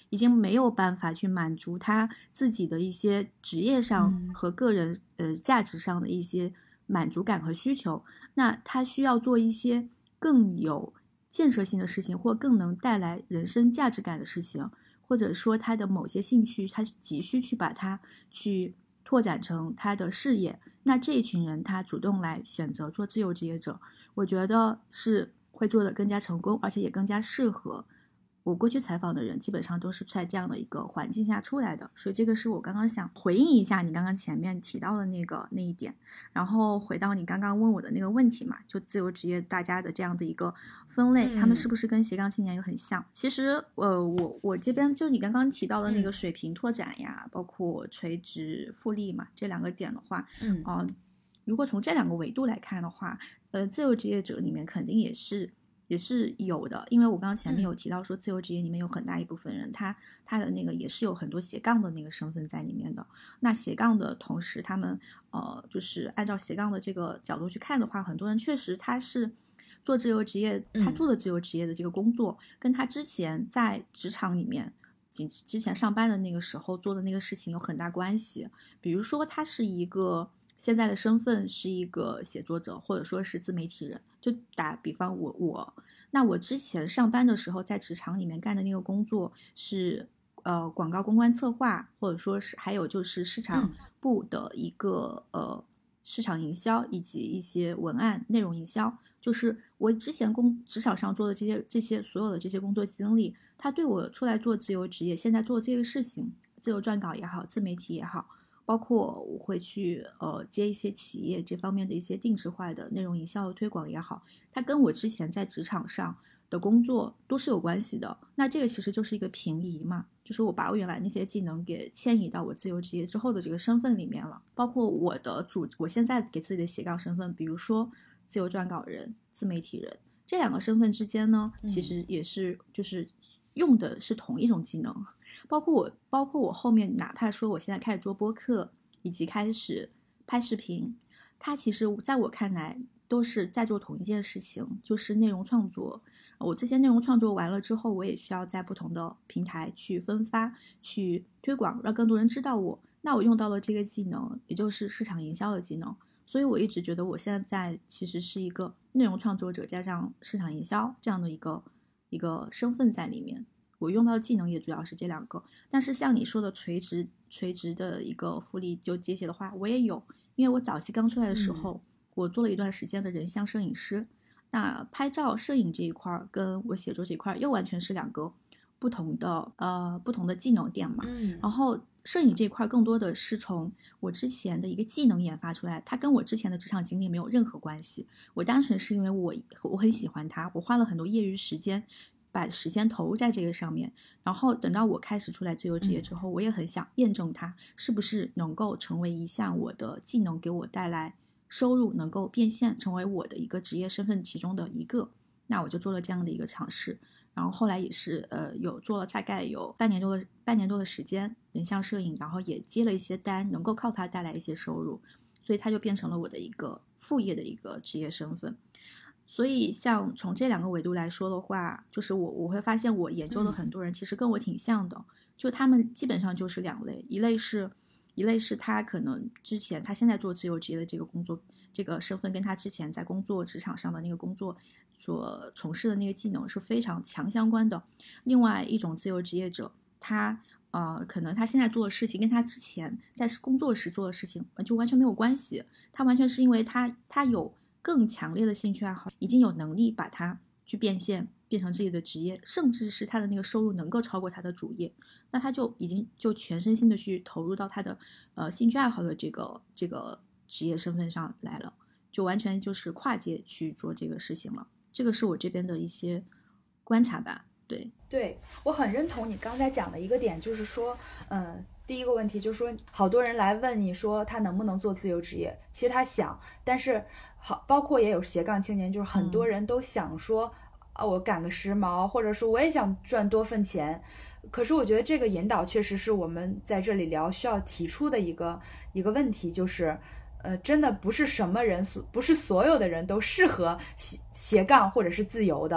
已经没有办法去满足他自己的一些职业上和个人、嗯、呃价值上的一些满足感和需求，那他需要做一些更有建设性的事情，或更能带来人生价值感的事情，或者说他的某些兴趣他急需去把它去拓展成他的事业，那这一群人他主动来选择做自由职业者，我觉得是会做得更加成功，而且也更加适合。我过去采访的人基本上都是在这样的一个环境下出来的，所以这个是我刚刚想回应一下你刚刚前面提到的那个那一点。然后回到你刚刚问我的那个问题嘛，就自由职业大家的这样的一个分类、嗯、他们是不是跟斜杠青年又很像？其实呃，我我这边就你刚刚提到的那个水平拓展呀、嗯、包括垂直复利嘛，这两个点的话，嗯、呃、如果从这两个维度来看的话，呃，自由职业者里面肯定也是也是有的，因为我刚刚前面有提到说自由职业里面有很大一部分人他他的那个也是有很多斜杠的那个身份在里面的。那斜杠的同时他们呃就是按照斜杠的这个角度去看的话，很多人确实他是做自由职业，他做的自由职业的这个工作、嗯、跟他之前在职场里面之前上班的那个时候做的那个事情有很大关系。比如说他是一个现在的身份是一个写作者，或者说是自媒体人，就打比方我我那我之前上班的时候在职场里面干的那个工作是呃广告公关策划，或者说是还有就是市场部的一个、嗯、呃市场营销以及一些文案内容营销，就是我之前工职场上做的这些这些所有的这些工作经历，它对我出来做自由职业现在做这个事情，自由撰稿也好，自媒体也好，包括我会去呃接一些企业这方面的一些定制化的内容营销的推广也好，它跟我之前在职场上的工作都是有关系的。那这个其实就是一个平移嘛，就是我把我原来那些技能给迁移到我自由职业之后的这个身份里面了。包括我的主我现在给自己的斜杠身份，比如说自由撰稿人、自媒体人，这两个身份之间呢，其实也是就是用的是同一种技能。包括我包括我后面哪怕说我现在开始做播客以及开始拍视频，它其实在我看来都是在做同一件事情，就是内容创作。我这些内容创作完了之后，我也需要在不同的平台去分发去推广，让更多人知道我。那我用到了这个技能，也就是市场营销的技能，所以我一直觉得我现在其实是一个内容创作者加上市场营销这样的一个一个身份在里面。我用到的技能也主要是这两个。但是像你说的垂直垂直的一个复利就阶级的话，我也有。因为我早期刚出来的时候、嗯、我做了一段时间的人像摄影师，那拍照摄影这一块跟我写作这一块又完全是两个不同的呃不同的技能点嘛、嗯、然后摄影这一块更多的是从我之前的一个技能研发出来，它跟我之前的职场经历没有任何关系，我单纯是因为我我很喜欢它，我花了很多业余时间把时间投入在这个上面，然后等到我开始出来自由职业之后、嗯、我也很想验证它是不是能够成为一项我的技能，给我带来收入，能够变现成为我的一个职业身份其中的一个。那我就做了这样的一个尝试，然后后来也是呃有做了大概有半年多的半年多的时间人像摄影，然后也接了一些单，能够靠它带来一些收入，所以它就变成了我的一个副业的一个职业身份。所以像从这两个维度来说的话，就是我我会发现我研究的很多人其实跟我挺像的、嗯、就他们基本上就是两类，一类是一类是他可能之前他现在做自由职业的这个工作这个身份跟他之前在工作职场上的那个工作所从事的那个技能是非常强相关的。另外一种自由职业者，他呃可能他现在做的事情跟他之前在工作时做的事情就完全没有关系，他完全是因为他他有更强烈的兴趣爱好，已经有能力把它去变现变成自己的职业，甚至是他的那个收入能够超过他的主业，那他就已经就全身心的去投入到他的呃兴趣爱好的这个这个职业身份上来了，就完全就是跨界去做这个事情了。这个是我这边的一些观察吧。对对，我很认同你刚才讲的一个点，就是说嗯，第一个问题就是说好多人来问你说他能不能做自由职业，其实他想，但是好包括也有斜杠青年，就是很多人都想说、嗯啊，我赶个时髦，或者说我也想赚多份钱。可是我觉得这个引导确实是我们在这里聊需要提出的一个一个问题，就是呃，真的不是什么人不是所有的人都适合斜斜杠或者是自由的。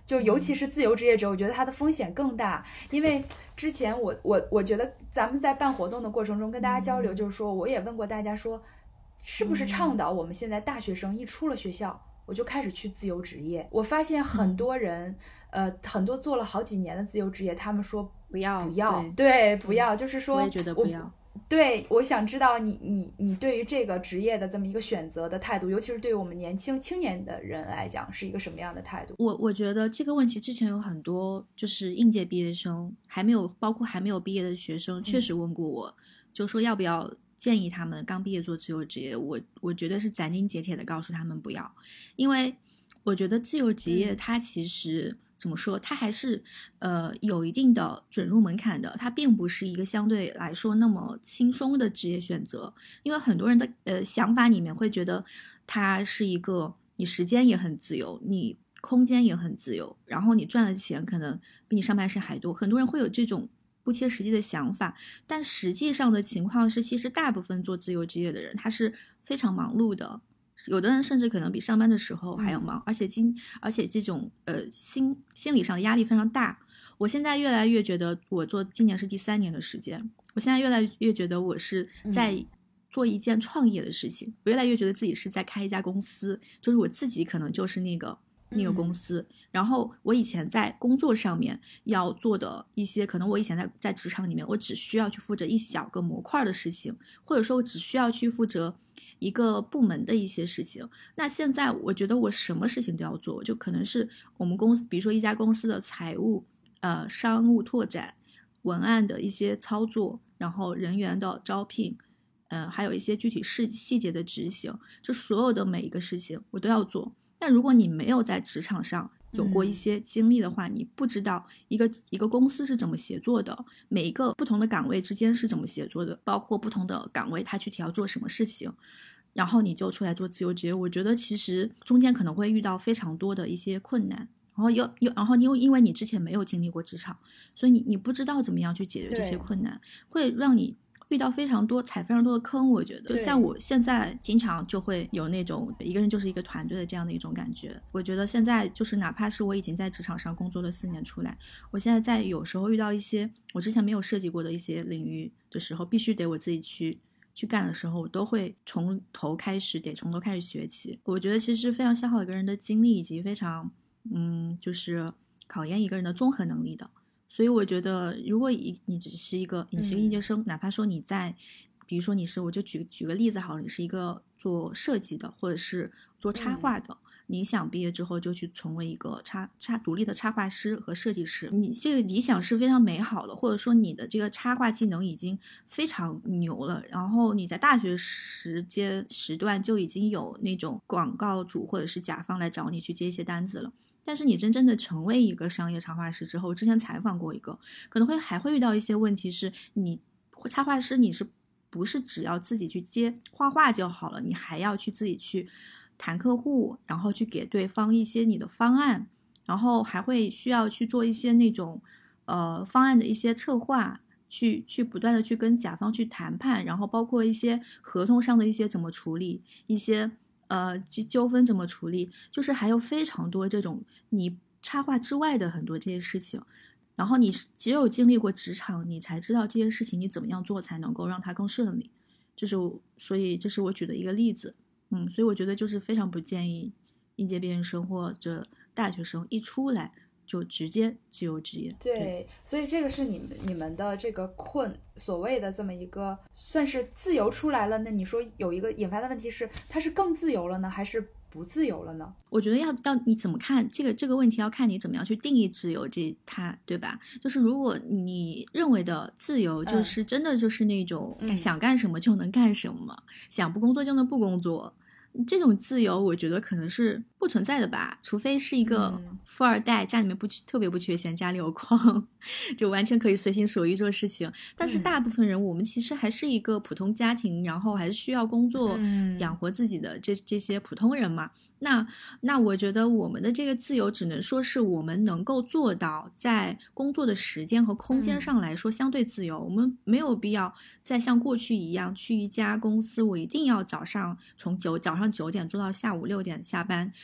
就尤其是自由职业者，我觉得它的风险更大。因为之前我我我觉得咱们在办活动的过程中跟大家交流，就是说我也问过大家说，是不是倡导我们现在大学生一出了学校我就开始去自由职业？我发现很多人，嗯、呃，很多做了好几年的自由职业，他们说不要不要， 对， 对不要，就是说我也觉得不要。 对，我想知道你你你对于这个职业的这么一个选择的态度，尤其是对于我们年轻青年的人来讲，是一个什么样的态度？ 我我觉得这个问题之前有很多就是应届毕业生，还没有包括还没有毕业的学生，确实问过我，嗯、就说要不要建议他们刚毕业做自由职业。我我觉得是斩钉截铁的告诉他们不要，因为我觉得自由职业它其实。嗯怎么说？它还是呃有一定的准入门槛的，它并不是一个相对来说那么轻松的职业选择。因为很多人的呃想法里面会觉得它是一个你时间也很自由，你空间也很自由，然后你赚的钱可能比你上班时还多。很多人会有这种不切实际的想法，但实际上的情况是，其实大部分做自由职业的人他是非常忙碌的。有的人甚至可能比上班的时候还要忙，嗯、而且今而且这种呃心心理上的压力非常大。我现在越来越觉得，我做今年是第三年的时间，我现在越来越觉得我是在做一件创业的事情，嗯、我越来越觉得自己是在开一家公司，就是我自己可能就是那个那个公司。嗯、然后我以前在工作上面要做的一些，可能我以前在在职场里面，我只需要去负责一小个模块的事情，或者说我只需要去负责一个部门的一些事情。那现在我觉得我什么事情都要做，就可能是我们公司，比如说一家公司的财务、呃商务拓展、文案的一些操作，然后人员的招聘，呃还有一些具体细细节的执行，就所有的每一个事情我都要做。但如果你没有在职场上有过一些经历的话，嗯、你不知道一个一个公司是怎么协作的，每一个不同的岗位之间是怎么协作的，包括不同的岗位它具体要做什么事情，然后你就出来做自由职业。我觉得其实中间可能会遇到非常多的一些困难，然后又又然后因为因为你之前没有经历过职场，所以你你不知道怎么样去解决这些困难，会让你遇到非常多踩非常多的坑。我觉得像我现在经常就会有那种一个人就是一个团队的这样的一种感觉。我觉得现在就是哪怕是我已经在职场上工作了四年出来，我现在在有时候遇到一些我之前没有涉及过的一些领域的时候，必须得我自己去去干的时候，我都会从头开始，得从头开始学起。我觉得其实非常消耗一个人的精力，以及非常嗯就是考验一个人的综合能力的。所以我觉得如果你只是一个你是一个应届生，嗯、哪怕说你在比如说你是我就举举个例子好了，你是一个做设计的或者是做插画的，嗯、你想毕业之后就去成为一个插插独立的插画师和设计师，你这个理想是非常美好的，或者说你的这个插画技能已经非常牛了，然后你在大学时间时段就已经有那种广告主或者是甲方来找你去接一些单子了。但是你真正的成为一个商业插画师之后，之前采访过一个，可能会还会遇到一些问题，是你插画师你是不是只要自己去接画画就好了，你还要去自己去谈客户，然后去给对方一些你的方案，然后还会需要去做一些那种呃方案的一些策划，去去不断的去跟甲方去谈判，然后包括一些合同上的一些怎么处理，一些呃纠纷怎么处理，就是还有非常多这种你插画之外的很多这些事情。然后你只有经历过职场，你才知道这些事情你怎么样做才能够让它更顺利。就是所以这是我举的一个例子。嗯，所以我觉得就是非常不建议应届毕业生或者大学生一出来就直接自由职业。 对，对，所以这个是你们你们的这个困所谓的这么一个算是自由出来了，那你说有一个引发的问题是，它是更自由了呢，还是不自由了呢？ 我觉得要要你怎么看这个这个问题，要看你怎么样去定义自由这它，对吧？就是如果你认为的自由就是真的就是那种想干什么就能干什么，嗯、想不工作就能不工作，这种自由我觉得可能是不存在的吧，除非是一个富二代，家里面不特别不缺钱，家里有矿，就完全可以随心所欲做事情。但是大部分人，我们其实还是一个普通家庭，然后还是需要工作养活自己的这这些普通人嘛。那那我觉得我们的这个自由只能说是我们能够做到在工作的时间和空间上来说相对自由，我们没有必要再像过去一样去一家公司，我一定要早上从九早上九点做到下午六点下班，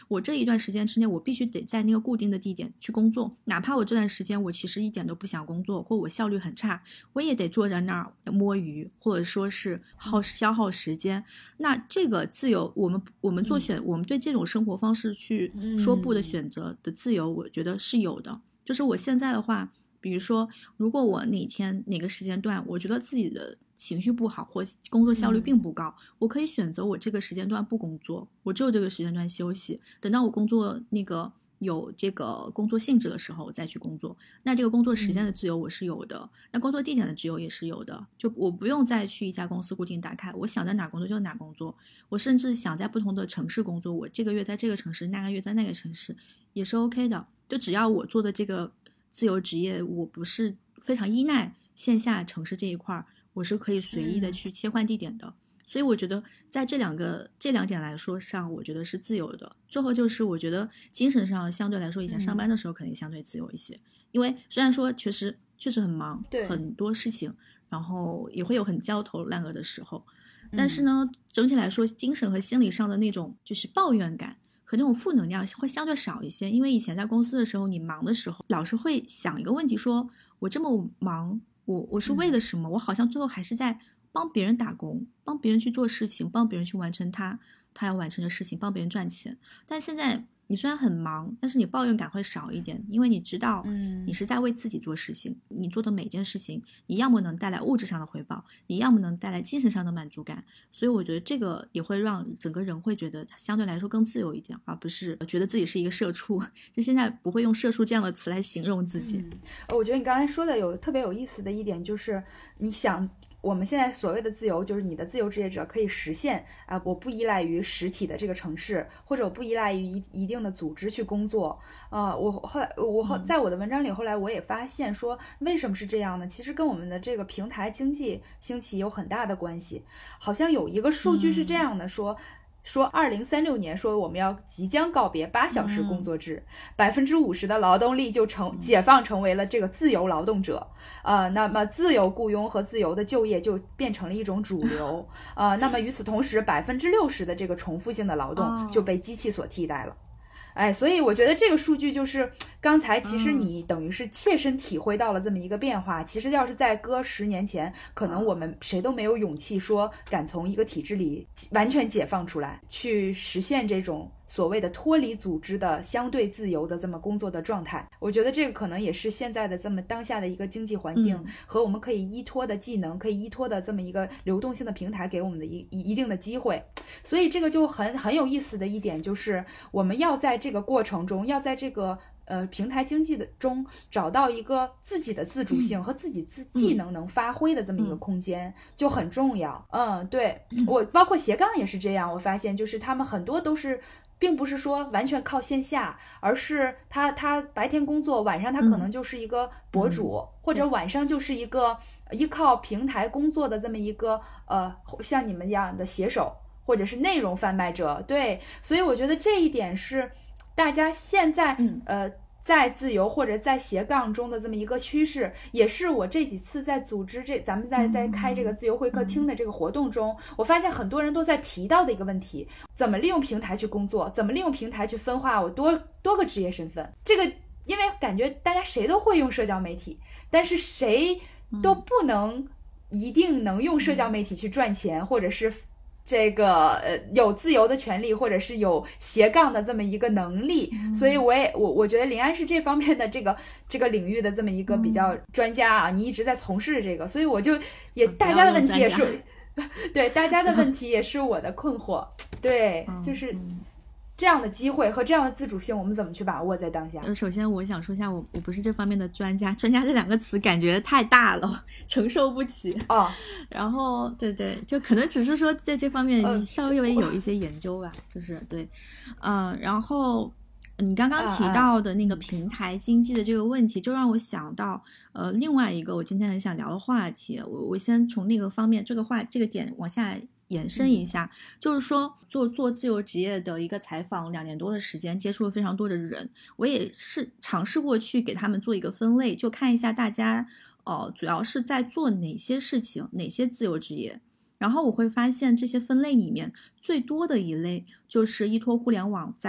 我这一段时间之内我必须得在那个固定的地点去工作，哪怕我这段时间我其实一点都不想工作，或我效率很差，我也得坐在那儿摸鱼，或者说是耗消耗时间。那这个自由，我们我们做选、嗯、我们对这种生活方式去说不的选择的自由，我觉得是有的。就是我现在的话，比如说如果我哪天哪个时间段我觉得自己的情绪不好或工作效率并不高、嗯、我可以选择我这个时间段不工作，我只有这个时间段休息，等到我工作那个有这个工作性质的时候再去工作。那这个工作时间的自由我是有的、嗯、那工作地点的自由也是有的，就我不用再去一家公司固定打卡，我想在哪工作就哪工作，我甚至想在不同的城市工作，我这个月在这个城市，那个月在那个城市也是 OK 的。就只要我做的这个自由职业我不是非常依赖线下城市这一块，我是可以随意的去切换地点的、嗯、所以我觉得在这两个这两点来说上，我觉得是自由的。最后就是我觉得精神上相对来说以前上班的时候肯定相对自由一些、嗯、因为虽然说确实确实很忙，对，很多事情，然后也会有很焦头烂额的时候，但是呢、嗯、整体来说精神和心理上的那种就是抱怨感和那种负能量会相对少一些。因为以前在公司的时候，你忙的时候老是会想一个问题，说我这么忙，我我是为了什么、嗯、我好像最后还是在帮别人打工，帮别人去做事情，帮别人去完成他他要完成的事情，帮别人赚钱。但现在你虽然很忙，但是你抱怨感会少一点，因为你知道你是在为自己做事情、嗯、你做的每件事情你要么能带来物质上的回报，你要么能带来精神上的满足感。所以我觉得这个也会让整个人会觉得相对来说更自由一点，而不是觉得自己是一个社畜，就现在不会用社畜这样的词来形容自己、 嗯、我觉得你刚才说的有特别有意思的一点，就是你想我们现在所谓的自由，就是你的自由职业者可以实现啊、呃，我不依赖于实体的这个城市，或者我不依赖于一一定的组织去工作。呃，我后来我后在我的文章里，后来我也发现说，为什么是这样呢？其实跟我们的这个平台经济兴起有很大的关系。好像有一个数据是这样的，说。说二零三六年说我们要即将告别八小时工作制，百分之五十的劳动力就成解放成为了这个自由劳动者，呃，那么自由雇佣和自由的就业就变成了一种主流，呃，那么与此同时，百分之六十的这个重复性的劳动就被机器所替代了。哎，所以我觉得这个数据就是刚才其实你等于是切身体会到了这么一个变化、嗯、其实要是在搁十年前，可能我们谁都没有勇气说敢从一个体制里完全解放出来，去实现这种所谓的脱离组织的相对自由的这么工作的状态。我觉得这个可能也是现在的这么当下的一个经济环境、嗯、和我们可以依托的技能，可以依托的这么一个流动性的平台给我们的一一定的机会。所以这个就很很有意思的一点就是我们要在这个过程中，要在这个呃平台经济的中找到一个自己的自主性和自己自技能能发挥的这么一个空间、嗯、就很重要。嗯，对，我包括斜杠也是这样，我发现就是他们很多都是并不是说完全靠线下，而是他他白天工作，晚上他可能就是一个博主、嗯、或者晚上就是一个依靠平台工作的这么一个呃像你们一样的写手或者是内容贩卖者。对，所以我觉得这一点是大家现在、嗯、呃在自由或者在斜杠中的这么一个趋势，也是我这几次在组织这咱们在在开这个自由会客厅的这个活动中、嗯、我发现很多人都在提到的一个问题，怎么利用平台去工作，怎么利用平台去分化我多多个职业身份。这个因为感觉大家谁都会用社交媒体，但是谁都不能一定能用社交媒体去赚钱、嗯、或者是这个呃有自由的权利，或者是有斜杠的这么一个能力、嗯、所以我也我我觉得林安是这方面的这个这个领域的这么一个比较专家啊、嗯、你一直在从事这个，所以我就也、嗯、大家的问题也是对大家的问题也是我的困惑对、嗯、就是这样的机会和这样的自主性我们怎么去把握在当下。 呃，首先我想说一下，我我不是这方面的专家，专家这两个词感觉太大了，承受不起哦。 然后对对，就可能只是说在这方面稍微有一些研究吧、呃、就是对呃，然后你刚刚提到的那个平台经济的这个问题、啊、就让我想到呃另外一个我今天很想聊的话题，我我先从那个方面这个话这个点往下延伸一下、嗯、就是说做做自由职业的一个采访，两年多的时间接触了非常多的人，我也是尝试过去给他们做一个分类，就看一下大家呃主要是在做哪些事情，哪些自由职业。然后我会发现这些分类里面最多的一类就是依托互联网在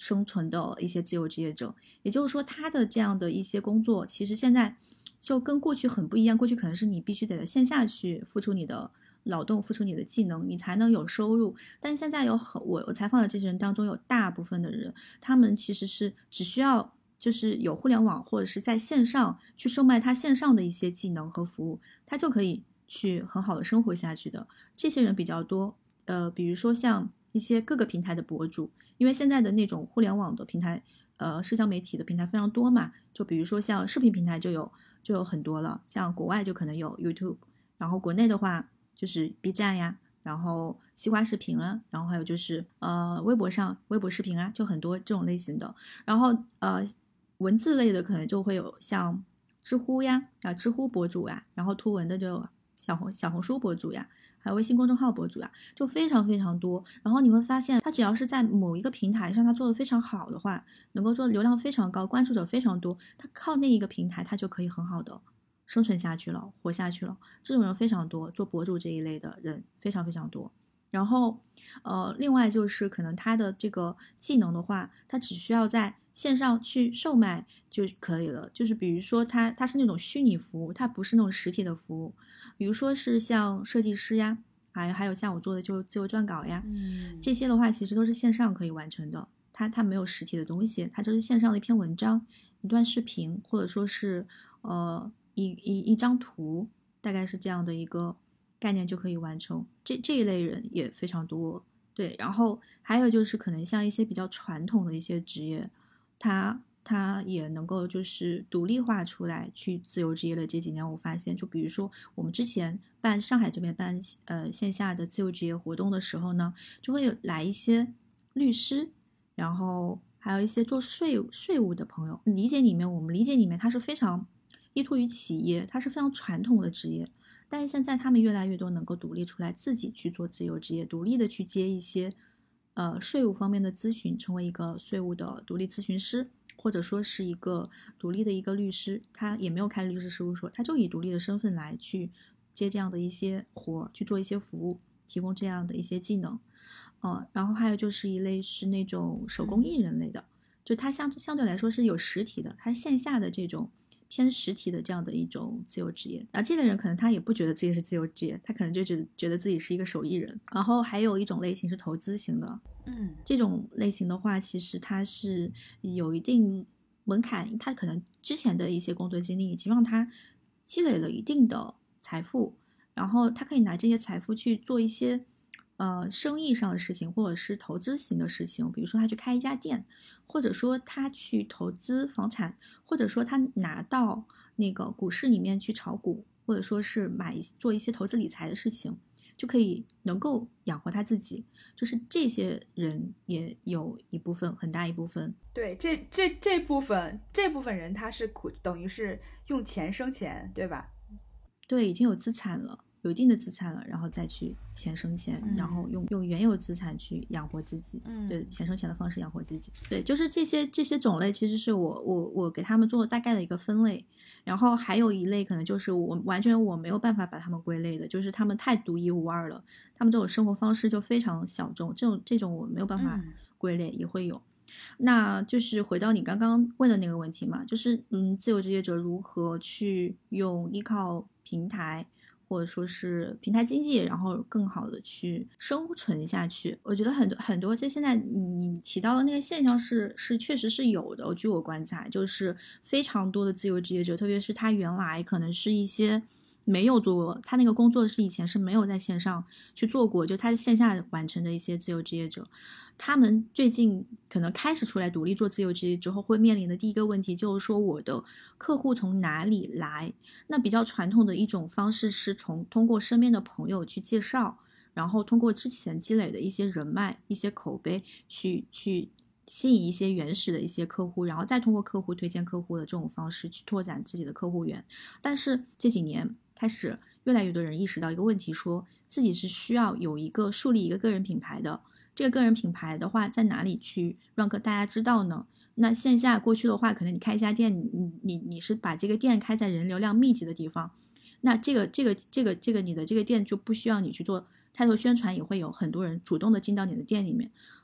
生存的一些自由职业者。也就是说他的这样的一些工作其实现在就跟过去很不一样，过去可能是你必须得在线下去付出你的劳动，付出你的技能，你才能有收入。但现在有很我我采访的这些人当中，有大部分的人他们其实是只需要就是有互联网或者是在线上去售卖他线上的一些技能和服务，他就可以去很好的生活下去的。这些人比较多，呃，比如说像一些各个平台的博主，因为现在的那种互联网的平台，呃，社交媒体的平台非常多嘛，就比如说像视频平台就有就有很多了，像国外就可能有 YouTube， 然后国内的话就是 B 站呀，然后西瓜视频啊，然后还有就是呃微博上微博视频啊，就很多这种类型的。然后呃文字类的可能就会有像知乎呀啊知乎博主呀，然后图文的就有小红小红书博主呀，还有微信公众号博主呀，就非常非常多。然后你会发现他只要是在某一个平台上他做的非常好的话，能够做流量非常高，关注者非常多，他靠那一个平台他就可以很好的生存下去了，活下去了。这种人非常多，做博主这一类的人非常非常多。然后呃，另外就是可能他的这个技能的话，他只需要在线上去售卖就可以了。就是比如说他他是那种虚拟服务，他不是那种实体的服务，比如说是像设计师呀，还还有像我做的就自由撰稿呀， 嗯， 这些的话其实都是线上可以完成的。它它没有实体的东西，它就是线上的一篇文章、一段视频，或者说是呃一一一张图，大概是这样的一个概念就可以完成。这这一类人也非常多，对。然后还有就是可能像一些比较传统的一些职业，它它也能够就是独立化出来去自由职业的。这几年我发现，就比如说我们之前办上海这边办呃线下的自由职业活动的时候呢，就会有来一些律师，然后还有一些做税税务的朋友。理解里面我们理解里面它是非常依托于企业，它是非常传统的职业，但是现在他们越来越多能够独立出来，自己去做自由职业，独立的去接一些呃税务方面的咨询，成为一个税务的独立咨询师，或者说是一个独立的一个律师，他也没有开律师事务所，他就以独立的身份来去接这样的一些活，去做一些服务，提供这样的一些技能。呃，然后还有就是一类是那种手工艺人类的，就它相相对来说是有实体的，它是线下的这种偏实体的这样的一种自由职业。而这类人可能他也不觉得自己是自由职业，他可能就觉得觉得自己是一个手艺人。然后还有一种类型是投资型的， 嗯， 这种类型的话，其实它是有一定门槛，他可能之前的一些工作经历已经让他积累了一定的财富，然后他可以拿这些财富去做一些呃生意上的事情，或者是投资型的事情，比如说他去开一家店，或者说他去投资房产，或者说他拿到那个股市里面去炒股，或者说是买做一些投资理财的事情，就可以能够养活他自己。就是这些人也有一部分很大一部分， 对，这这这部分这部分人他是苦，等于是用钱生钱，对吧？ 对，已经有资产了，有一定的资产了，然后再去钱生钱， 嗯、 然后用用原有资产去养活自己， 嗯， 对，钱生钱的方式养活自己。对，就是这些这些种类，其实是我我我给他们做大概的一个分类。然后还有一类可能就是我完全我没有办法把他们归类的，就是他们太独一无二了，他们这种生活方式就非常小众，这种这种我没有办法归类，也会有。那就是回到你刚刚问的那个问题嘛，就是嗯，自由职业者如何去用依靠平台或者说是平台经济，然后更好的去生存下去。我觉得很多很多，就现在你提到的那个现象是是确实是有的。据我观察，就是非常多的自由职业者，特别是他原来可能是一些没有做过，他那个工作是以前是没有在线上去做过，就他在线下完成的一些自由职业者，他们最近可能开始出来独立做自由职业之后，会面临的第一个问题就是说，我的客户从哪里来？那比较传统的一种方式是从通过身边的朋友去介绍，然后通过之前积累的一些人脉、一些口碑去去吸引一些原始的一些客户，然后再通过客户推荐客户的这种方式去拓展自己的客户源。但是这几年开始，越来越多人意识到一个问题，说自己是需要有一个树立一个个人品牌的。这个个人品牌的话，在哪里去让大家知道呢？那线下过去的话，可能你开一家店，你你你是把这个店开在人流量密集的地方，那这个这个这个这个你的这个店就不需要你去做太多宣传，也会有很多人主动的进到你的店里面。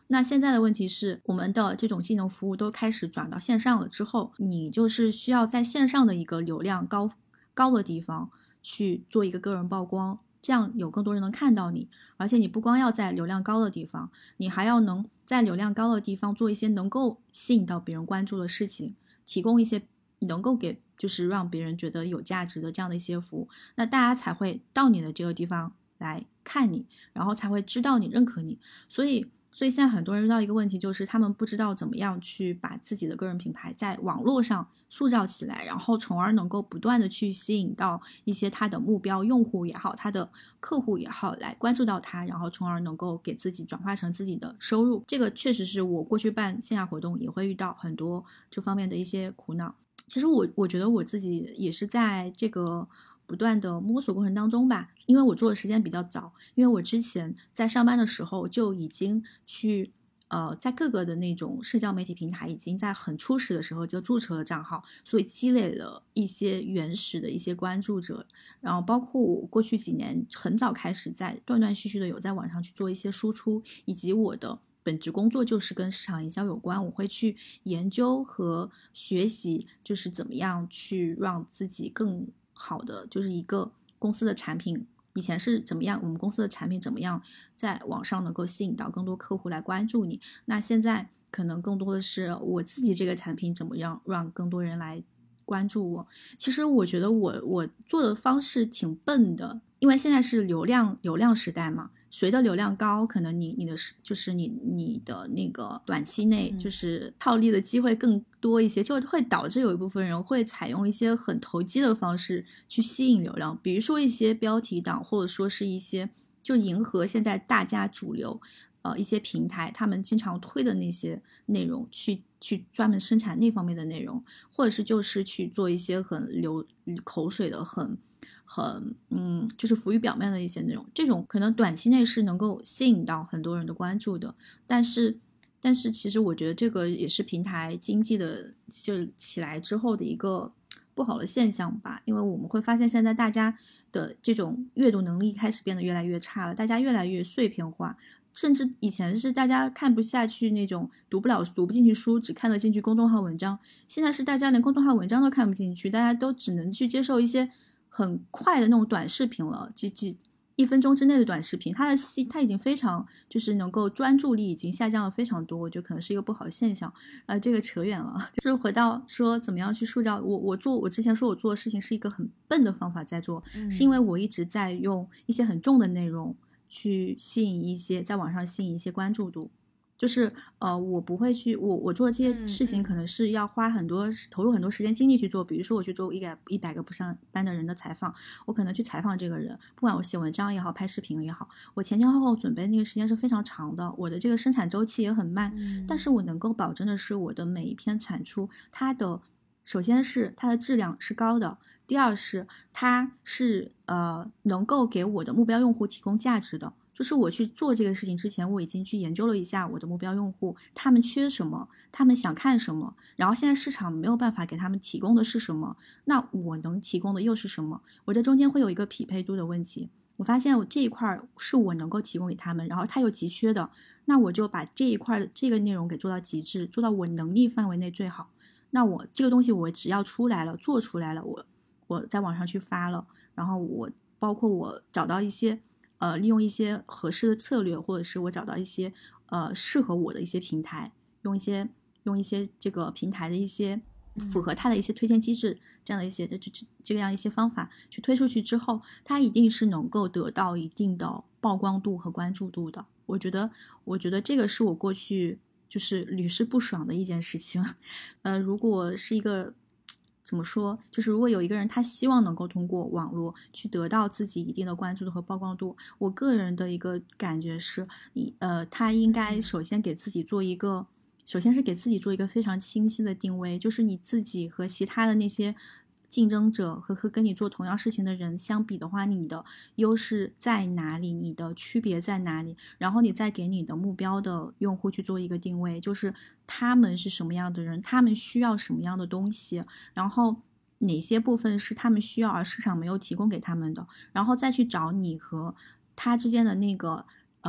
那现在的问题是，我们的这种技能服务都开始转到线上了之后，你就是需要在线上的一个流量高高的地方去做一个个人曝光，这样有更多人能看到你。而且你不光要在流量高的地方，你还要能在流量高的地方做一些能够吸引到别人关注的事情，提供一些能够给就是让别人觉得有价值的这样的一些服务，那大家才会到你的这个地方来看你，然后才会知道你、认可你。所以所以现在很多人遇到一个问题，就是他们不知道怎么样去把自己的个人品牌在网络上塑造起来，然后从而能够不断的去吸引到一些他的目标用户也好，他的客户也好，来关注到他，然后从而能够给自己转化成自己的收入。这个确实是我过去办线下活动也会遇到很多这方面的一些苦恼。其实我我觉得我自己也是在这个不断的摸索过程当中吧，因为我做的时间比较早，因为我之前在上班的时候就已经去呃，在各个的那种社交媒体平台已经在很初始的时候就注册了账号，所以积累了一些原始的一些关注者，然后包括我过去几年很早开始在断断续续的有在网上去做一些输出，以及我的本职工作就是跟市场营销有关，我会去研究和学习，就是怎么样去让自己更好的，就是一个公司的产品以前是怎么样，我们公司的产品怎么样在网上能够吸引到更多客户来关注你，那现在可能更多的是我自己这个产品怎么样让更多人来关注我。其实我觉得我我做的方式挺笨的，因为现在是流量流量时代嘛，谁的流量高，可能你你的就是你你的那个短期内就是套利的机会更多一些，就会导致有一部分人会采用一些很投机的方式去吸引流量，比如说一些标题党，或者说是一些就迎合现在大家主流呃一些平台他们经常推的那些内容，去去专门生产那方面的内容，或者是就是去做一些很流口水的很很嗯，就是浮于表面的一些内容，这种可能短期内是能够吸引到很多人的关注的，但是但是其实我觉得这个也是平台经济的就起来之后的一个不好的现象吧，因为我们会发现现在大家的这种阅读能力开始变得越来越差了，大家越来越碎片化，甚至以前是大家看不下去那种读不了读不进去书，只看得进去公众号文章，现在是大家连公众号文章都看不进去，大家都只能去接受一些很快的那种短视频了，几几一分钟之内的短视频，它的戏它已经非常就是能够专注力已经下降了非常多，我觉得可能是一个不好的现象。呃，这个扯远了，就是回到说怎么样去塑造我我做我之前说我做的事情是一个很笨的方法在做，嗯、是因为我一直在用一些很重的内容去吸引一些在网上吸引一些关注度。就是呃，我不会去我我做的这些事情可能是要花很多、嗯、投入很多时间精力去做，比如说我去做一百一百个不上班的人的采访，我可能去采访这个人，不管我写文章也好，拍视频也好，我前前后后准备那个时间是非常长的，我的这个生产周期也很慢、嗯、但是我能够保证的是我的每一篇产出它的首先是它的质量是高的，第二是它是呃能够给我的目标用户提供价值的，就是我去做这个事情之前，我已经去研究了一下我的目标用户，他们缺什么，他们想看什么，然后现在市场没有办法给他们提供的是什么，那我能提供的又是什么，我这中间会有一个匹配度的问题，我发现我这一块是我能够提供给他们，然后他有急缺的，那我就把这一块的这个内容给做到极致，做到我能力范围内最好，那我这个东西我只要出来了，做出来了，我我在网上去发了，然后我包括我找到一些呃，利用一些合适的策略，或者是我找到一些呃适合我的一些平台，用一些用一些这个平台的一些符合它的一些推荐机制，这样的一些这这这样一些方法去推出去之后，它一定是能够得到一定的曝光度和关注度的。我觉得，我觉得这个是我过去就是屡试不爽的一件事情。呃，如果是一个。怎么说，就是如果有一个人他希望能够通过网络去得到自己一定的关注度和曝光度，我个人的一个感觉是呃，他应该首先给自己做一个首先是给自己做一个非常清晰的定位，就是你自己和其他的那些竞争者和和跟你做同样事情的人相比的话，你的优势在哪里，你的区别在哪里，然后你再给你的目标的用户去做一个定位，就是他们是什么样的人，他们需要什么样的东西，然后哪些部分是他们需要而市场没有提供给他们的，然后再去找你和他之间的那个呃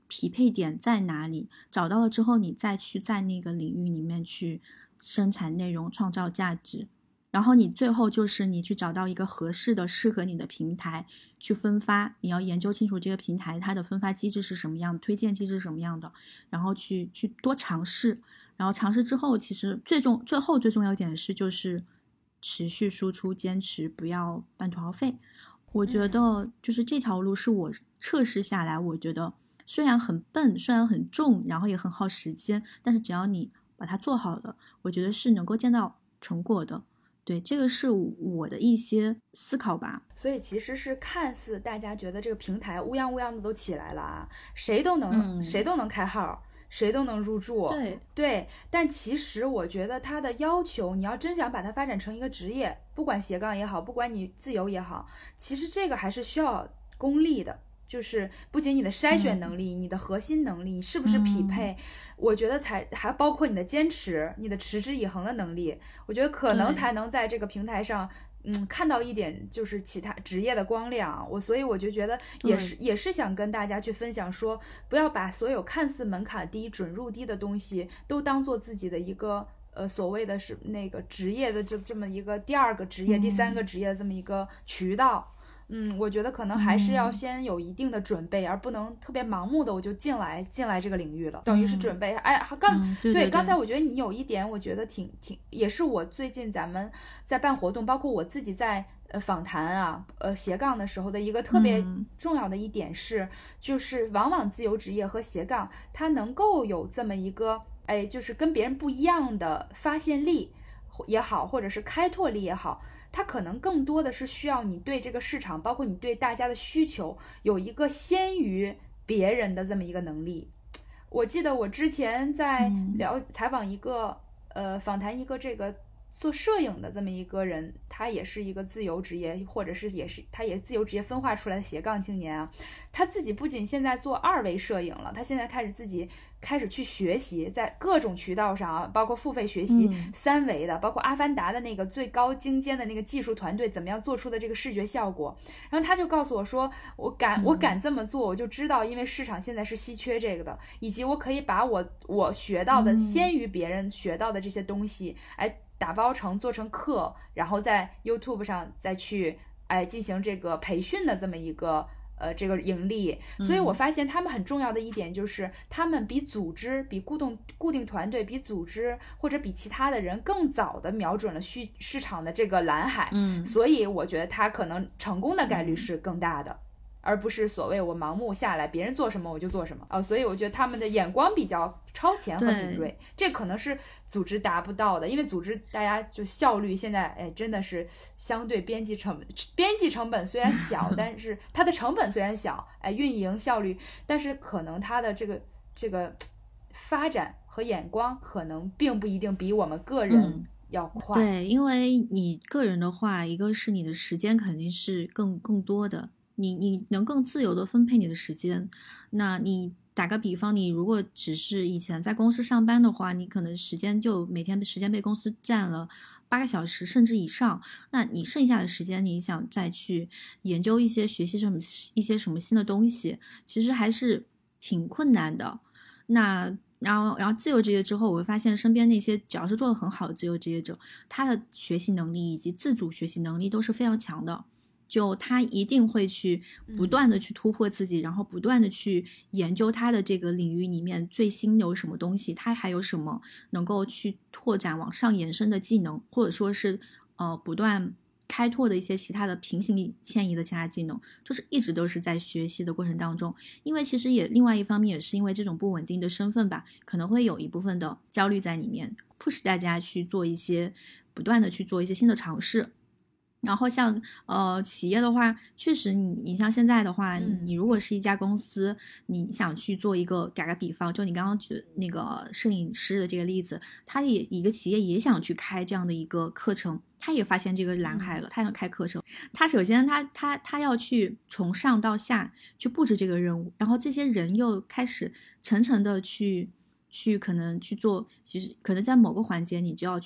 匹配点在哪里，找到了之后你再去在那个领域里面去生产内容，创造价值。然后你最后就是你去找到一个合适的适合你的平台去分发，你要研究清楚这个平台它的分发机制是什么样的，推荐机制是什么样的，然后去去多尝试。然后尝试之后，其实最重最后最重要一点是就是持续输出，坚持，不要半途而废。我觉得就是这条路是我测试下来，我觉得虽然很笨，虽然很重，然后也很耗时间，但是只要你把它做好了，我觉得是能够见到成果的。对，这个是我的一些思考吧。 所以其实是看似大家觉得这个平台乌泱乌泱的都起来了啊，谁都能、嗯、谁都能开号，谁都能入驻。 对对，但其实我觉得它的要求，你要真想把它发展成一个职业，不管斜杠也好，不管你自由也好，其实这个还是需要功力的。就是不仅你的筛选能力、嗯、你的核心能力是不是匹配、嗯、我觉得才还包括你的坚持，你的持之以恒的能力，我觉得可能才能在这个平台上嗯，看到一点就是其他职业的光亮。我所以我就觉得也是也是想跟大家去分享说，不要把所有看似门槛低准入低的东西都当做自己的一个呃所谓的是那个职业的这这么一个第二个职业、嗯、第三个职业的这么一个渠道。嗯，我觉得可能还是要先有一定的准备、嗯、而不能特别盲目的我就进来进来这个领域了，等于是准备。哎，刚、嗯、对, 对, 对刚才我觉得你有一点我觉得挺挺也是我最近咱们在办活动，包括我自己在呃访谈啊呃斜杠的时候的一个特别重要的一点是、嗯、就是往往自由职业和斜杠它能够有这么一个哎就是跟别人不一样的发现力也好，或者是开拓力也好，它可能更多的是需要你对这个市场，包括你对大家的需求有一个先于别人的这么一个能力。我记得我之前在聊采访一个、嗯、呃访谈一个这个做摄影的这么一个人，他也是一个自由职业，或者是也是他也自由职业分化出来的斜杠青年啊。他自己不仅现在做二维摄影了，他现在开始自己开始去学习，在各种渠道上啊，包括付费学习三维的、嗯、包括阿凡达的那个最高精尖的那个技术团队怎么样做出的这个视觉效果。然后他就告诉我说，我敢我敢这么做，我就知道因为市场现在是稀缺这个的，以及我可以把我我学到的先于别人学到的这些东西哎打包成做成课，然后在 YouTube 上再去哎进行这个培训的这么一个呃这个盈利。所以我发现他们很重要的一点就是、嗯、他们比组织比固定固定团队比组织或者比其他的人更早的瞄准了需市场的这个蓝海。嗯，所以我觉得他可能成功的概率是更大的、嗯，而不是所谓我盲目下来别人做什么我就做什么、呃、所以我觉得他们的眼光比较超前和敏锐，这可能是组织达不到的，因为组织大家就效率现在哎真的是相对边际成本边际成本虽然小但是它的成本虽然小哎运营效率，但是可能它的这个这个发展和眼光可能并不一定比我们个人要快、 嗯、对，因为你个人的话，一个是你的时间肯定是更更多的，你你能更自由的分配你的时间。那你打个比方，你如果只是以前在公司上班的话，你可能时间就每天时间被公司占了八个小时甚至以上，那你剩下的时间你想再去研究一些学习什么一些什么新的东西，其实还是挺困难的。那然后然后自由职业之后，我会发现身边那些只要是做得很好的自由职业者，他的学习能力以及自主学习能力都是非常强的，就他一定会去不断的去突破自己、嗯、然后不断的去研究他的这个领域里面最新有什么东西，他还有什么能够去拓展往上延伸的技能，或者说是呃不断开拓的一些其他的平行迁移的其他技能，就是一直都是在学习的过程当中。因为其实也另外一方面也是因为这种不稳定的身份吧，可能会有一部分的焦虑在里面 push 大家去做一些不断的去做一些新的尝试。然后像呃企业的话，确实你你像现在的话、嗯、你如果是一家公司，你想去做一个打个比方，就你刚刚举那个摄影师的这个例子，他也一个企业也想去开这样的一个课程，他也发现这个蓝海了，他想开课程，他首先他他他要去从上到下去布置这个任务，然后这些人又开始层层的去去可能去做，其实可能在某个环节你就要去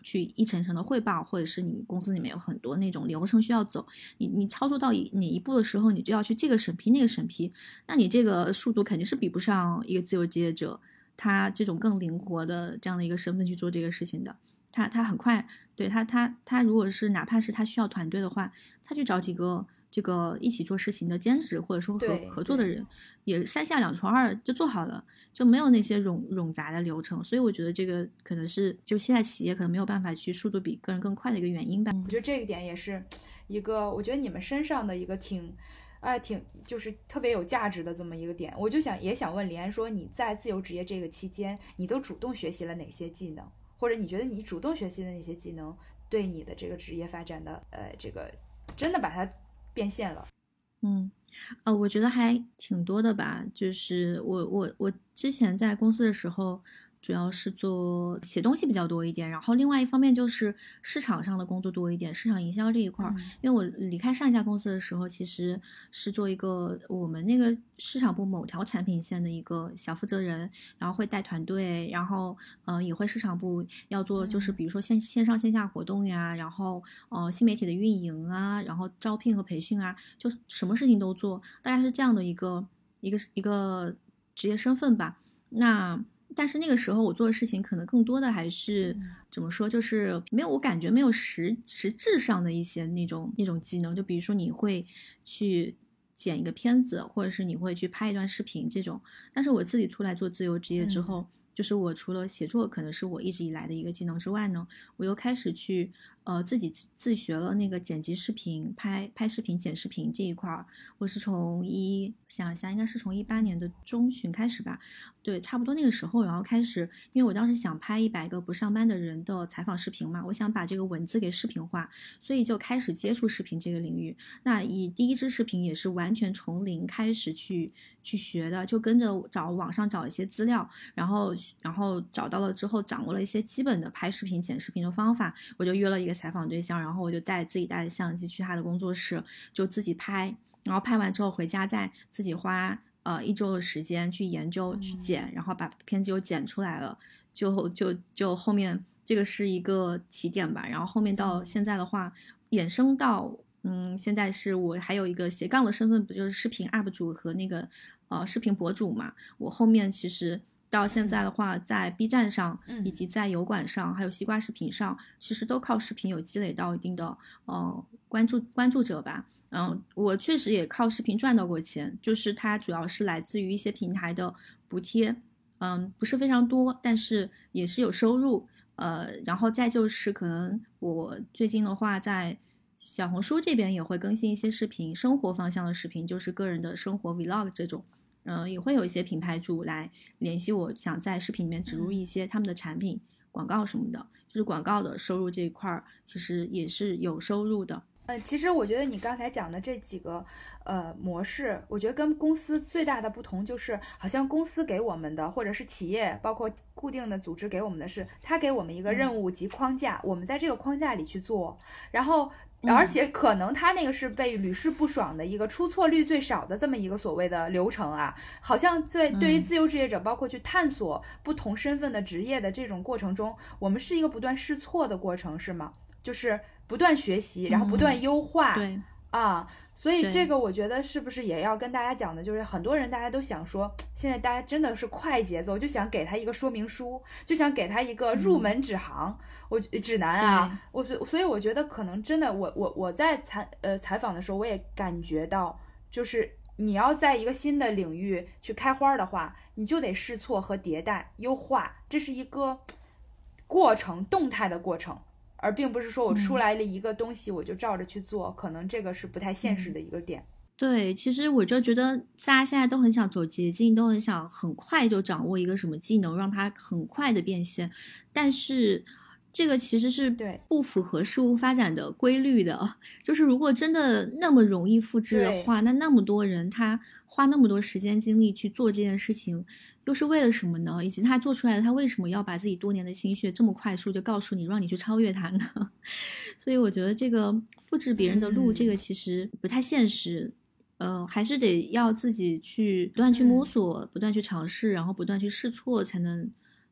去一层层的汇报，或者是你公司里面有很多那种流程需要走，你你操作到哪一步的时候，你就要去这个审批那个审批，那你这个速度肯定是比不上一个自由职业者他这种更灵活的这样的一个身份去做这个事情的。他他很快，对他他他如果是哪怕是他需要团队的话，他去找几个这个一起做事情的兼职或者说合合作的人，也三下两除二就做好了，就没有那些冗冗杂的流程。所以我觉得这个可能是就现在企业可能没有办法去速度比个人更快的一个原因吧。 我觉得这一点也是一个，我觉得你们身上的一个挺哎，挺就是特别有价值的这么一个点。我就想也想问李安说，你在自由职业这个期间，你都主动学习了哪些技能，或者你觉得你主动学习的那些技能对你的这个职业发展的呃这个真的把它变现了？ 嗯，呃，我觉得还挺多的吧。就是我我我之前在公司的时候，主要是做写东西比较多一点，然后另外一方面就是市场上的工作多一点，市场营销这一块儿。嗯、因为我离开上一家公司的时候，其实是做一个我们那个市场部某条产品线的一个小负责人，然后会带团队，然后呃也会市场部要做，就是比如说线线上线下活动呀，然后呃新媒体的运营啊，然后招聘和培训啊，就什么事情都做，大概是这样的一个一个一个职业身份吧。那但是那个时候我做的事情可能更多的还是、嗯、怎么说，就是没有我感觉没有实实质上的一些那种那种技能，就比如说你会去剪一个片子，或者是你会去拍一段视频这种。但是我自己出来做自由职业之后、嗯、就是我除了写作可能是我一直以来的一个技能之外呢，我又开始去呃自己自学了那个剪辑视频、拍拍视频、剪视频这一块。我是从一想一下，应该是从一八年的中旬开始吧，对，差不多那个时候，然后开始，因为我当时想拍一百个不上班的人的采访视频嘛，我想把这个文字给视频化，所以就开始接触视频这个领域。那以第一支视频也是完全从零开始去去学的，就跟着找网上找一些资料，然后然后找到了之后，掌握了一些基本的拍视频、剪视频的方法，我就约了一个采访对象，然后我就带自己带着相机去他的工作室，就自己拍，然后拍完之后回家再自己花呃一周的时间去研究、去剪，然后把片子又剪出来了，就就就后面这个是一个起点吧。然后后面到现在的话，衍生到嗯，现在是我还有一个斜杠的身份，不就是视频 U P 主和那个呃视频博主嘛。我后面其实到现在的话，在 B 站上以及在油管上还有西瓜视频上，其实都靠视频有积累到一定的呃关注关注者吧。嗯，我确实也靠视频赚到过钱，就是它主要是来自于一些平台的补贴，嗯，不是非常多，但是也是有收入。呃，然后再就是可能我最近的话在小红书这边也会更新一些视频，生活方向的视频，就是个人的生活 vlog 这种。嗯、呃，也会有一些品牌主来联系我，想在视频里面植入一些他们的产品、嗯、广告什么的，就是广告的收入这一块其实也是有收入的。 呃，其实我觉得你刚才讲的这几个呃模式，我觉得跟公司最大的不同就是，好像公司给我们的，或者是企业包括固定的组织给我们的是，他给我们一个任务及框架，嗯、我们在这个框架里去做，然后而且可能他那个是被屡试不爽的一个出错率最少的这么一个所谓的流程啊，好像对对于自由职业者，包括去探索不同身份的职业的这种过程中，我们是一个不断试错的过程，是吗？就是不断学习，然后不断优化， 嗯、对啊，所以这个我觉得是不是也要跟大家讲的，就是很多人大家都想说，现在大家真的是快节奏，就想给他一个说明书，就想给他一个入门指航，嗯、我指南啊，我所所以我觉得可能真的，我我我在采呃采访的时候，我也感觉到，就是你要在一个新的领域去开花的话，你就得试错和迭代优化，这是一个过程，动态的过程。而并不是说我出来了一个东西我就照着去做、嗯、可能这个是不太现实的一个点、嗯、 对，其实我就觉得大家现在都很想走捷径，都很想很快就掌握一个什么技能让它很快的变现，但是这个其实是不符合事物发展的规律的。就是如果真的那么容易复制的话，那那么多人他花那么多时间精力去做这件事情又是为了什么呢？以及他做出来的他为什么要把自己多年的心血这么快速就告诉你让你去超越他呢？所以我觉得这个复制别人的路、嗯、这个其实不太现实，呃，还是得要自己去不断去摸索、嗯、不断去尝试，然后不断去试错才能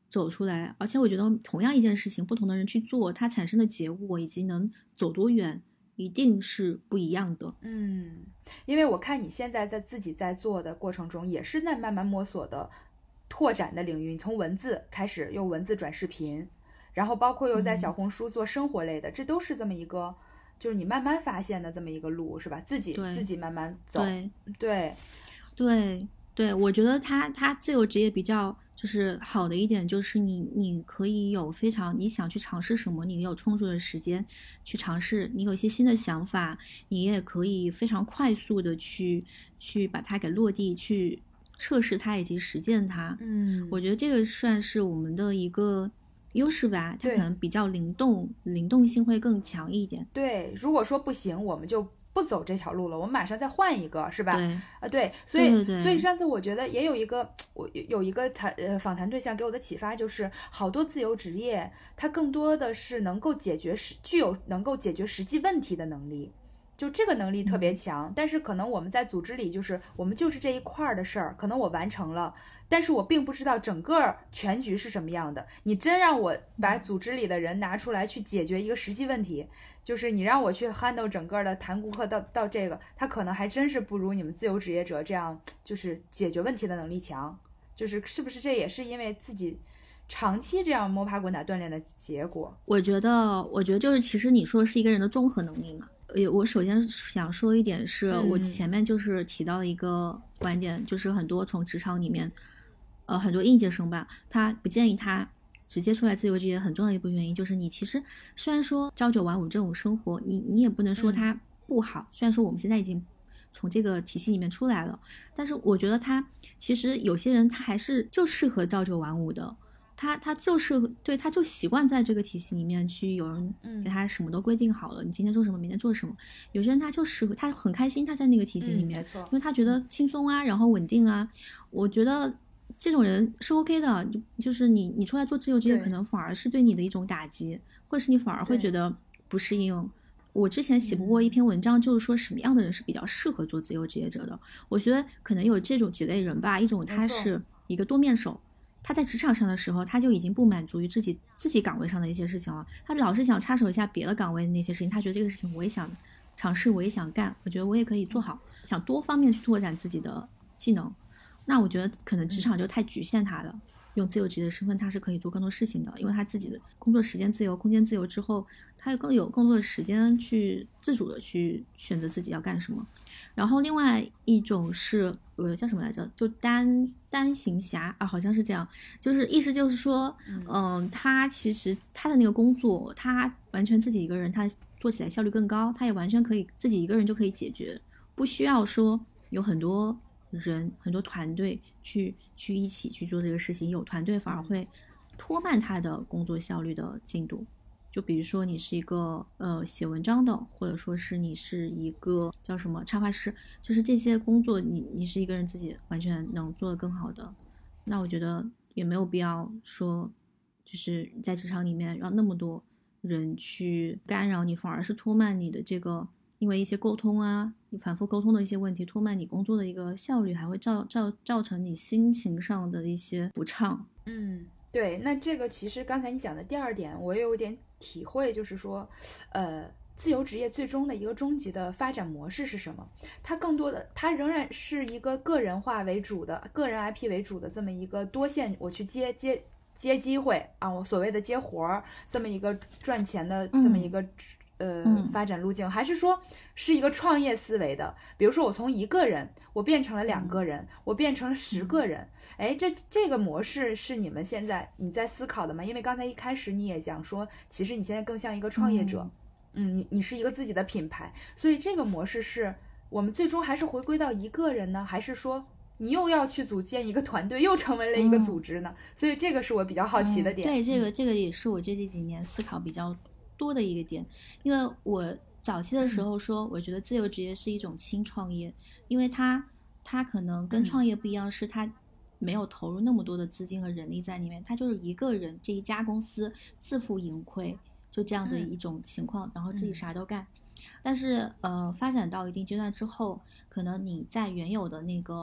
走出来。而且我觉得同样一件事情，不同的人去做，它产生的结果以及能走多远一定是不一样的。 嗯，因为我看你现在在自己在做的过程中，也是在慢慢摸索的拓展的领域。你从文字开始，用文字转视频，然后包括又在小红书做生活类的，嗯、这都是这么一个，就是你慢慢发现的这么一个路，是吧？自己自己慢慢走。 对对对对，我觉得他他自由职业比较就是好的一点，就是你你可以有非常你想去尝试什么，你有充足的时间去尝试，你有一些新的想法，你也可以非常快速的去去把它给落地，去测试它以及实践它。 嗯， 我觉得这个算是我们的一个优势吧，它可能比较灵动，灵动性会更强一点。 对，如果说不行，我们就不走这条路了，我们马上再换一个，是吧？ 对啊，对，所以对对对所以上次我觉得也有一个我有一个谈呃访谈对象给我的启发，就是好多自由职业，它更多的是能够解决实具有能够解决实际问题的能力。就这个能力特别强、嗯、但是可能我们在组织里就是我们就是这一块的事儿，可能我完成了，但是我并不知道整个全局是什么样的。你真让我把组织里的人拿出来去解决一个实际问题，就是你让我去 handle 整个的谈顾客到到这个，他可能还真是不如你们自由职业者这样就是解决问题的能力强。就是是不是这也是因为自己长期这样摸爬滚打锻炼的结果？ 我觉得我觉得就是其实你说的是一个人的综合能力嘛。我首先想说一点是、嗯、我前面就是提到了一个观点，就是很多从职场里面呃，很多应届生吧，他不建议他直接出来自由职业，很重要的一部分原因就是你其实虽然说朝九晚五这种生活你你也不能说它不好、嗯、虽然说我们现在已经从这个体系里面出来了，但是我觉得他其实有些人他还是就适合朝九晚五的，他他就是对他就习惯在这个体系里面去，有人给他什么都规定好了、嗯、你今天做什么明天做什么。有些人他就是他很开心他在那个体系里面、 嗯、 因为他觉得轻松啊，然后稳定啊。我觉得这种人是 OK 的，就就是你你出来做自由职业可能反而是对你的一种打击，或是你反而会觉得不适应。我之前写过一篇文章，就是说什么样的人是比较适合做自由职业者的。我觉得可能有这种几类人吧，一种他是一个多面手，他在职场上的时候他就已经不满足于自己自己岗位上的一些事情了，他老是想插手一下别的岗位的那些事情，他觉得这个事情我也想尝试，我也想干，我觉得我也可以做好，想多方面去拓展自己的技能。那我觉得可能职场就太局限他了、嗯、用自由职业的身份他是可以做更多事情的，因为他自己的工作时间自由，空间自由之后，他更有更多的时间去自主的去选择自己要干什么。然后另外一种是呃叫什么来着，就单单行侠啊，好像是这样，就是意思就是说嗯、呃，他其实他的那个工作他完全自己一个人他做起来效率更高，他也完全可以自己一个人就可以解决，不需要说有很多人很多团队去去一起去做这个事情，有团队反而会拖慢他的工作效率的进度。就比如说你是一个呃写文章的，或者说是你是一个叫什么插画师，就是这些工作你你是一个人自己完全能做得更好的，那我觉得也没有必要说就是在职场里面让那么多人去干扰你，反而是拖慢你的这个因为一些沟通啊，你反复沟通的一些问题，拖慢你工作的一个效率，还会造造造成你心情上的一些不畅。 嗯，对，那这个其实刚才你讲的第二点，我也有点体会，就是说，呃，自由职业最终的一个终极的发展模式是什么？它更多的，它仍然是一个个人化为主的、个人 I P 为主的这么一个多线，我去接接接机会啊，我所谓的接活儿，这么一个赚钱的这么一个。嗯呃，发展路径，还是说是一个创业思维的？比如说，我从一个人，我变成了两个人，嗯、我变成了十个人。哎，这这个模式是你们现在你在思考的吗？因为刚才一开始你也讲说，其实你现在更像一个创业者，嗯，嗯你你是一个自己的品牌，所以这个模式是我们最终还是回归到一个人呢，还是说你又要去组建一个团队，又成为了一个组织呢？嗯、所以这个是我比较好奇的点。 嗯、对，这个这个也是我这几年思考比较多的一个点，因为我早期的时候说，我觉得自由职业是一种轻创业，因为它它可能跟创业不一样，是它没有投入那么多的资金和人力在里面，它就是一个人这一家公司自负盈亏，就这样的一种情况，然后自己啥都干。但是呃，发展到一定阶段之后，可能你在原有的那个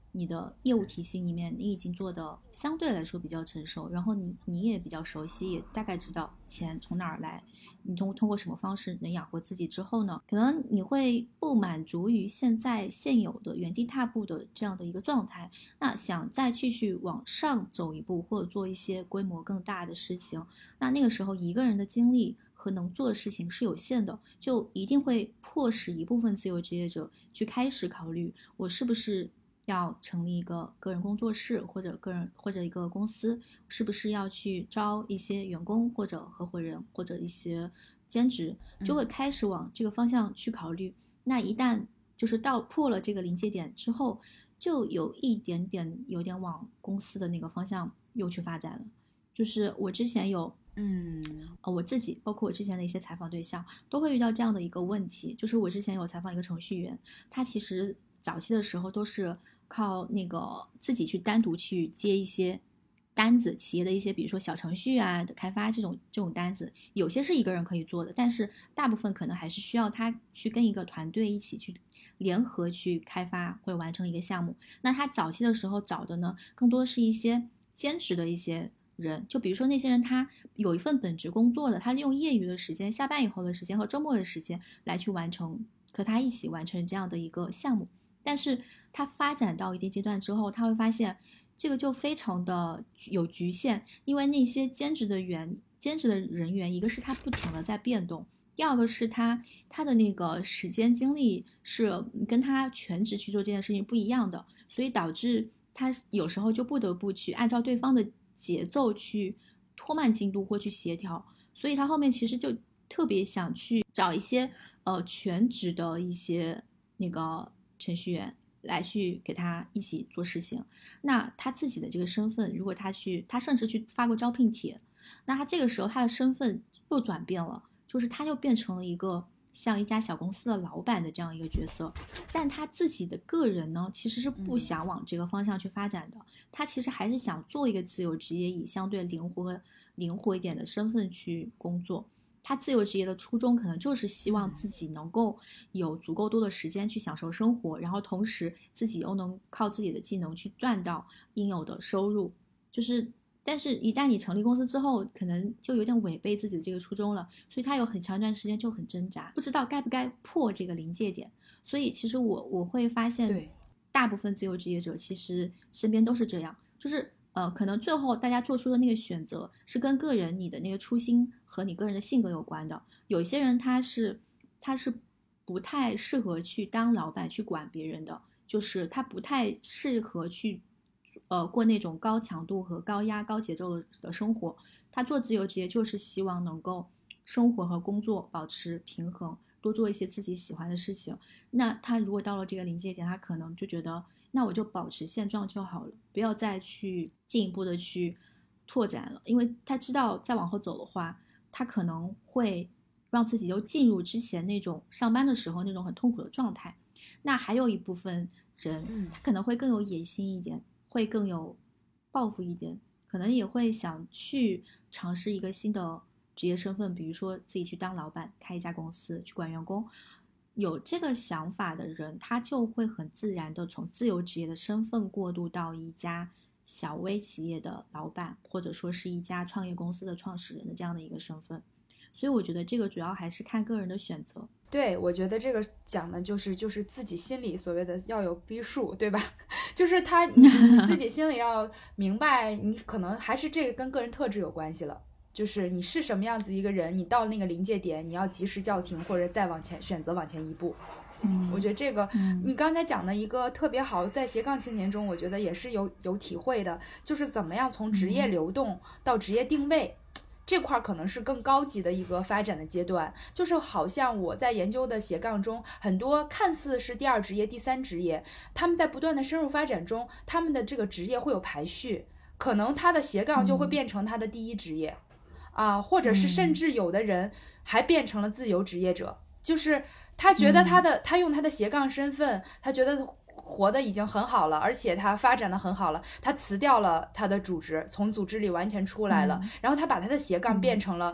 你的业务体系里面你已经做的相对来说比较成熟，然后你你也比较熟悉，也大概知道钱从哪儿来，你通通过什么方式能养活自己之后呢，可能你会不满足于现在现有的原地踏步的这样的一个状态，那想再继续往上走一步，或者做一些规模更大的事情，那那个时候一个人的精力和能做的事情是有限的，就一定会迫使一部分自由职业者去开始考虑，我是不是要成立一个个人工作室，或者个人或者一个公司，是不是要去招一些员工或者合伙人或者一些兼职，就会开始往这个方向去考虑。嗯、那一旦就是到破了这个临界点之后，就有一点点有点往公司的那个方向又去发展了。就是我之前有嗯， 呃，我自己包括我之前的一些采访对象都会遇到这样的一个问题，就是我之前有采访一个程序员，他其实早期的时候都是靠那个自己去单独去接一些单子，企业的一些比如说小程序啊的开发这种这种单子，有些是一个人可以做的，但是大部分可能还是需要他去跟一个团队一起去联合去开发或者完成一个项目。那他早期的时候找的呢，更多是一些兼职的一些人，就比如说那些人他有一份本职工作的，他利用业余的时间、下班以后的时间和周末的时间来去完成，和他一起完成这样的一个项目。但是他发展到一定阶段之后，他会发现这个就非常的有局限，因为那些兼职的员兼职的人员，一个是他不停的在变动，第二个是他他的那个时间精力是跟他全职去做这件事情不一样的，所以导致他有时候就不得不去按照对方的节奏去拖慢进度或去协调，所以他后面其实就特别想去找一些呃全职的一些那个程序员来去给他一起做事情。那他自己的这个身份，如果他去他甚至去发过招聘帖，那他这个时候他的身份又转变了，就是他又变成了一个像一家小公司的老板的这样一个角色，但他自己的个人呢，其实是不想往这个方向去发展的，嗯、他其实还是想做一个自由职业，以相对灵活灵活一点的身份去工作。他自由职业的初衷可能就是希望自己能够有足够多的时间去享受生活，然后同时自己又能靠自己的技能去赚到应有的收入，就是但是一旦你成立公司之后，可能就有点违背自己的这个初衷了，所以他有很长一段时间就很挣扎，不知道该不该破这个临界点。所以其实我我会发现大部分自由职业者其实身边都是这样，就是呃，可能最后大家做出的那个选择是跟个人你的那个初心和你个人的性格有关的。有一些人他是他是不太适合去当老板去管别人的，就是他不太适合去呃过那种高强度和高压高节奏的生活。他做自由职业就是希望能够生活和工作保持平衡，多做一些自己喜欢的事情。那他如果到了这个临界点，他可能就觉得那我就保持现状就好了，不要再去进一步的去拓展了，因为他知道再往后走的话，他可能会让自己又进入之前那种上班的时候那种很痛苦的状态。那还有一部分人，他可能会更有野心一点，会更有抱负一点，可能也会想去尝试一个新的职业身份，比如说自己去当老板，开一家公司，去管员工。有这个想法的人，他就会很自然的从自由职业的身份过渡到一家小微企业的老板，或者说是一家创业公司的创始人的这样的一个身份。所以我觉得这个主要还是看个人的选择。 对，我觉得这个讲的就是就是自己心里所谓的要有逼数，对吧？就是他你你自己心里要明白，你可能还是这个跟个人特质有关系了。就是你是什么样子一个人，你到那个临界点，你要及时叫停，或者再往前选择往前一步。 嗯， 我觉得这个、嗯、你刚才讲的一个特别好，在斜杠青年中，我觉得也是有有体会的，就是怎么样从职业流动到职业定位。嗯，这块可能是更高级的一个发展的阶段，就是好像我在研究的斜杠中，很多看似是第二职业、第三职业，他们在不断的深入发展中，他们的这个职业会有排序，可能他的斜杠就会变成他的第一职业。嗯啊，或者是甚至有的人还变成了自由职业者，就是他觉得他的、嗯、他用他的斜杠身份，他觉得活得已经很好了，而且他发展的很好了，他辞掉了他的主职，从组织里完全出来了、嗯、然后他把他的斜杠变成了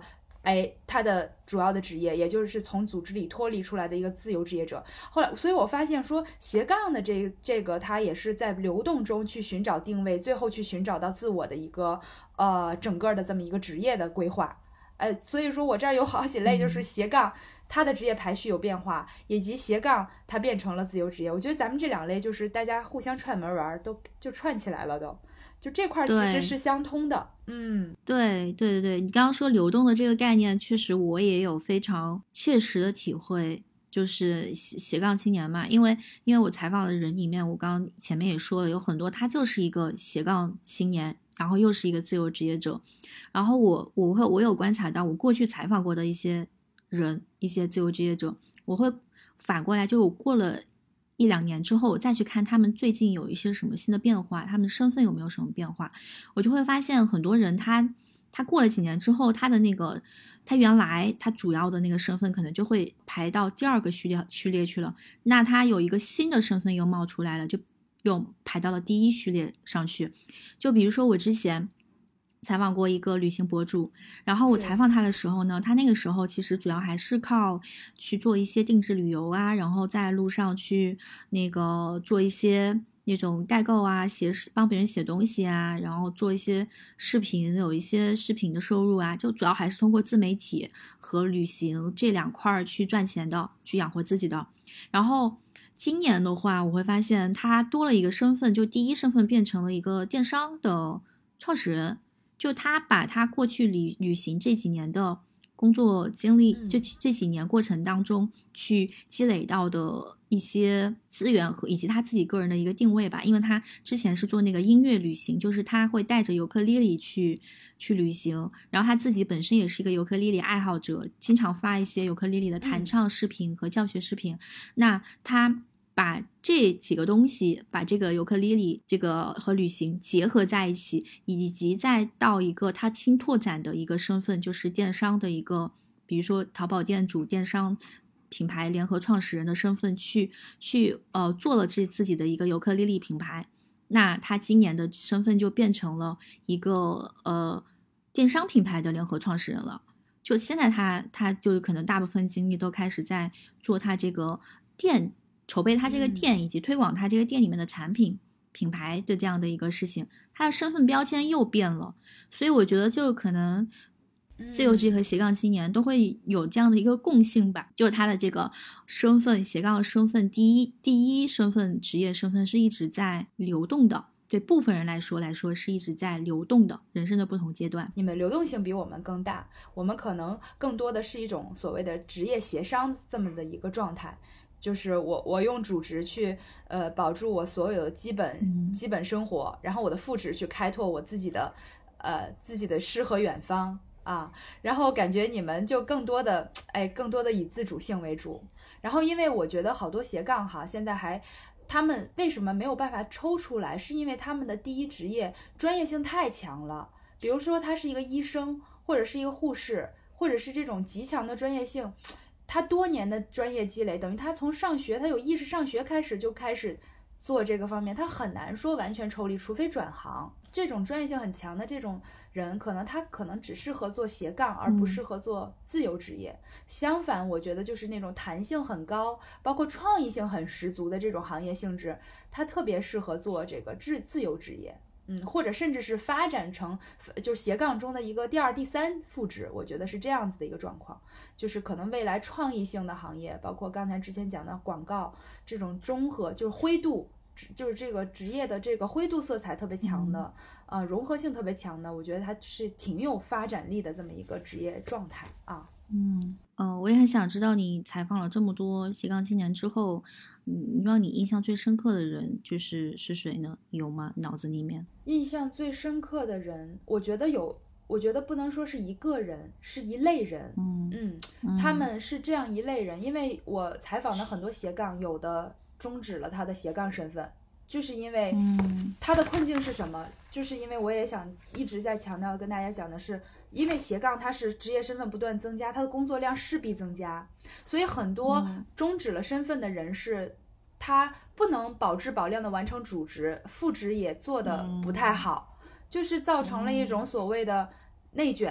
哎，他的主要的职业，也就是从组织里脱离出来的一个自由职业者。后来，所以我发现说斜杠的这这个，他也是在流动中去寻找定位，最后去寻找到自我的一个呃整个的这么一个职业的规划。呃，所以说我这儿有好几类，就是斜杠他的职业排序有变化，以及斜杠他变成了自由职业。我觉得咱们这两类就是大家互相串门玩，都就串起来了都。就这块其实是相通的。嗯， 对对对对，你刚刚说流动的这个概念，确实我也有非常切实的体会，就是斜斜杠青年嘛，因为因为我采访的人里面，我刚刚前面也说了，有很多他就是一个斜杠青年，然后又是一个自由职业者，然后我我会我有观察到，我过去采访过的一些人，一些自由职业者，我会反过来，就我过了一两年之后，我再去看他们最近有一些什么新的变化，他们的身份有没有什么变化，我就会发现很多人他他过了几年之后，他的那个他原来他主要的那个身份可能就会排到第二个序列序列去了，那他有一个新的身份又冒出来了，就又排到了第一序列上去。就比如说我之前采访过一个旅行博主，然后我采访他的时候呢，他那个时候其实主要还是靠去做一些定制旅游啊，然后在路上去那个做一些那种代购啊，写帮别人写东西啊，然后做一些视频，有一些视频的收入啊，就主要还是通过自媒体和旅行这两块去赚钱的，去养活自己的。然后今年的话，我会发现他多了一个身份，就第一身份变成了一个电商的创始人。就他把他过去旅旅行这几年的工作经历，就这几年过程当中去积累到的一些资源和以及他自己个人的一个定位吧。因为他之前是做那个音乐旅行，就是他会带着尤克里里去去旅行，然后他自己本身也是一个尤克里里爱好者，经常发一些尤克里里的弹唱视频和教学视频。那他把这几个东西，把这个尤克里里这个和旅行结合在一起，以及再到一个他新拓展的一个身份，就是电商的一个，比如说淘宝店主、电商品牌联合创始人的身份去去呃做了这自己的一个尤克里里品牌。那他今年的身份就变成了一个呃电商品牌的联合创始人了。就现在他他就可能大部分精力都开始在做他这个店。筹备他这个店以及推广他这个店里面的产品品牌的这样的一个事情，他的身份标签又变了。所以我觉得就可能自由职业和斜杠青年都会有这样的一个共性吧，就他的这个身份斜杠身份第一第一身份职业身份是一直在流动的，对部分人来说来说是一直在流动的人生的不同阶段。 你们流动性比我们更大，我们可能更多的是一种所谓的职业协商这么的一个状态，就是我我用主职去呃保住我所有的基本、嗯、基本生活，然后我的副职去开拓我自己的呃自己的诗和远方啊，然后感觉你们就更多的哎更多的以自主性为主。然后因为我觉得好多斜杠哈现在还他们为什么没有办法抽出来，是因为他们的第一职业专业性太强了，比如说他是一个医生或者是一个护士，或者是这种极强的专业性，他多年的专业积累，等于他从上学，他有意识上学开始就开始做这个方面，他很难说完全抽离，除非转行。这种专业性很强的这种人，可能他可能只适合做斜杠，而不适合做自由职业。嗯、相反，我觉得就是那种弹性很高，包括创意性很十足的这种行业性质，他特别适合做这个自自由职业。嗯，或者甚至是发展成就是斜杠中的一个第二、第三副职，我觉得是这样子的一个状况。就是可能未来创意性的行业，包括刚才之前讲的广告这种综合，就是灰度，就是这个职业的这个灰度色彩特别强的，嗯、呃，融合性特别强的，我觉得它是挺有发展力的这么一个职业状态啊。 嗯，呃，我也很想知道你采访了这么多斜杠青年之后，嗯，让你印象最深刻的人就是是谁呢？有吗？脑子里面印象最深刻的人，我觉得有，我觉得不能说是一个人，是一类人。 嗯嗯，他们是这样一类人，因为我采访的很多斜杠，有的终止了他的斜杠身份。就是因为他的困境是什么？就是因为我也想一直在强调跟大家讲的是，因为斜杠它是职业身份不断增加，他的工作量势必增加，所以很多终止了身份的人是他不能保质保量的完成主职，副职也做得不太好，就是造成了一种所谓的内卷，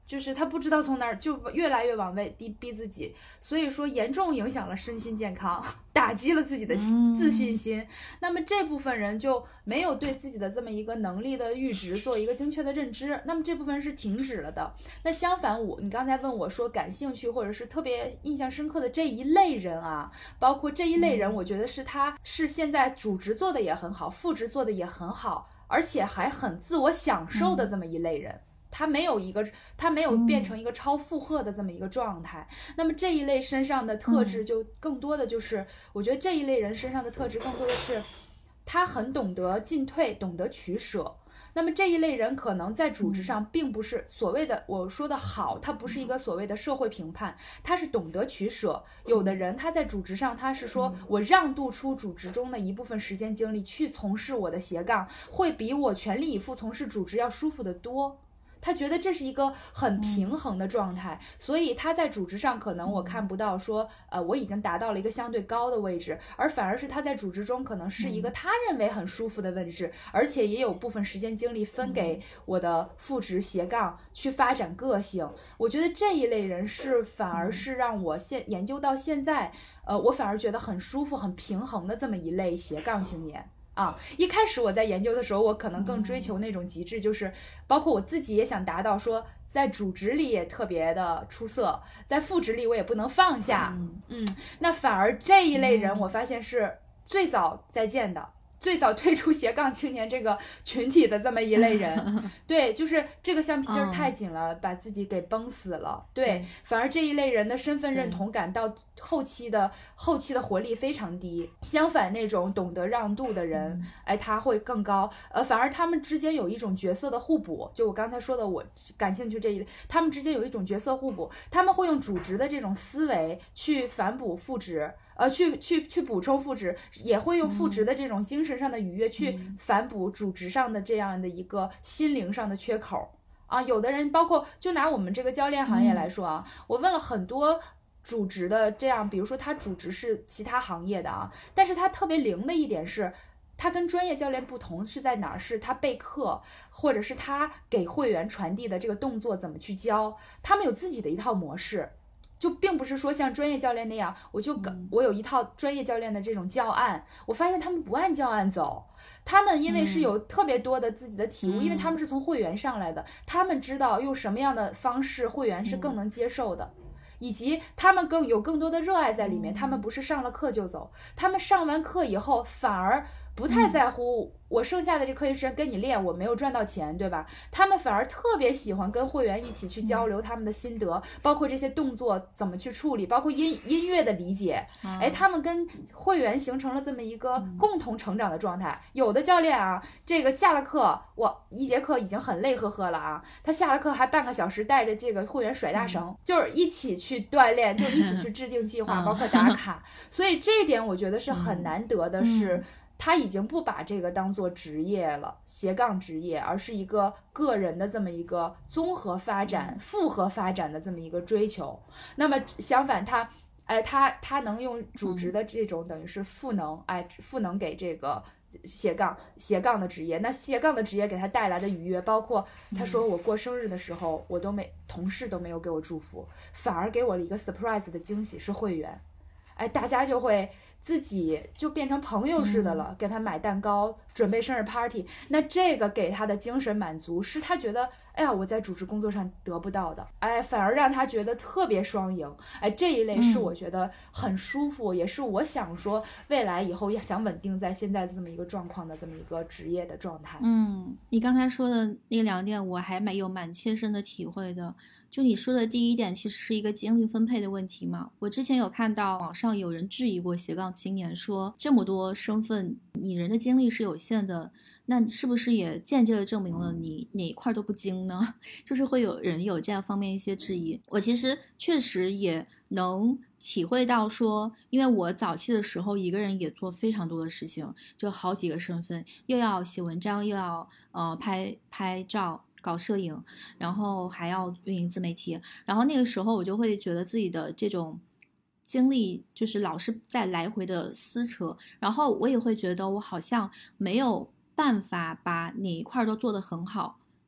就是他不知道从哪儿就越来越往外逼逼自己，所以说严重影响了身心健康，打击了自己的自信心、嗯、那么这部分人就没有对自己的这么一个能力的阈值做一个精确的认知，那么这部分人是停止了的。那相反我你刚才问我说感兴趣或者是特别印象深刻的这一类人啊，包括这一类人我觉得是他是现在主职做的也很好，副职做的也很好，而且还很自我享受的这么一类人、嗯，他没有一个，他没有变成一个超负荷的这么一个状态、嗯、那么这一类身上的特质就更多的就是、嗯、我觉得这一类人身上的特质更多的是他很懂得进退，懂得取舍。那么这一类人可能在组织上并不是所谓的我说的好，他不是一个所谓的社会评判，他是懂得取舍。有的人他在组织上他是说我让渡出组织中的一部分时间精力去从事我的斜杠，会比我全力以赴从事组织要舒服得多，他觉得这是一个很平衡的状态、嗯、所以他在组织上可能我看不到说呃，我已经达到了一个相对高的位置，而反而是他在组织中可能是一个他认为很舒服的位置、嗯、而且也有部分时间精力分给我的副职斜杠去发展个性。我觉得这一类人是反而是让我现研究到现在呃，我反而觉得很舒服很平衡的这么一类斜杠青年啊，一开始我在研究的时候，我可能更追求那种极致，就是包括我自己也想达到说，在主职里也特别的出色，在副职里我也不能放下，嗯嗯，那反而这一类人，我发现是最早在见的。最早退出斜杠青年这个群体的这么一类人，对，就是这个橡皮筋太紧了、嗯、把自己给绷死了，对、嗯、反而这一类人的身份认同感到后期的后期的活力非常低，相反那种懂得让渡的人、嗯、哎他会更高，呃，反而他们之间有一种角色的互补，就我刚才说的我感兴趣这一类，他们之间有一种角色互补，他们会用主职的这种思维去反哺副职，呃，去去去补充副职，也会用副职的这种精神上的愉悦去反哺主职上的这样的一个心灵上的缺口啊。有的人包括就拿我们这个教练行业来说啊，嗯、我问了很多主职的这样，比如说他主职是其他行业的啊，但是他特别灵的一点是，他跟专业教练不同是在哪儿？是他备课，或者是他给会员传递的这个动作怎么去教，他们有自己的一套模式。就并不是说像专业教练那样，我就我有一套专业教练的这种教案，我发现他们不按教案走，他们因为是有特别多的自己的体悟，因为他们是从会员上来的，他们知道用什么样的方式会员是更能接受的，以及他们更有更多的热爱在里面，他们不是上了课就走，他们上完课以后反而不太在乎我剩下的这课余时间跟你练，我没有赚到钱，对吧？他们反而特别喜欢跟会员一起去交流他们的心得，包括这些动作怎么去处理，包括音音乐的理解。哎，他们跟会员形成了这么一个共同成长的状态。有的教练啊，这个下了课，我一节课已经很累呵呵了啊，他下了课还半个小时带着这个会员甩大绳，就是一起去锻炼，就一起去制定计划，包括打卡。所以这一点我觉得是很难得的，是他已经不把这个当做职业了，斜杠职业，而是一个个人的这么一个综合发展、复合发展的这么一个追求。那么相反他，哎，他他能用主职的这种等于是赋能，哎，赋能给这个斜杠斜杠的职业。那斜杠的职业给他带来的愉悦，包括他说我过生日的时候，我都没同事都没有给我祝福，反而给我了一个 surprise 的惊喜，是会员。哎，大家就会自己就变成朋友似的了，嗯、给他买蛋糕，准备生日 party。那这个给他的精神满足，是他觉得，哎呀，我在主持工作上得不到的，哎，反而让他觉得特别双赢。哎，这一类是我觉得很舒服，嗯、也是我想说未来以后要想稳定在现在这么一个状况的这么一个职业的状态。 嗯，你刚才说的那两点，我还蛮有蛮切身的体会的。就你说的第一点其实是一个精力分配的问题嘛。我之前有看到网上有人质疑过斜杠青年，说这么多身份你人的精力是有限的，那是不是也间接的证明了你哪一块都不精呢？就是会有人有这样方面一些质疑。我其实确实也能体会到说，因为我早期的时候一个人也做非常多的事情，就好几个身份，又要写文章，又要呃拍拍照搞摄影，然后还要运营自媒体，然后那个时候我就会觉得自己的这种精力就是老是在来回的撕扯，然后我也会觉得我好像没有办法把哪一块都做得很好，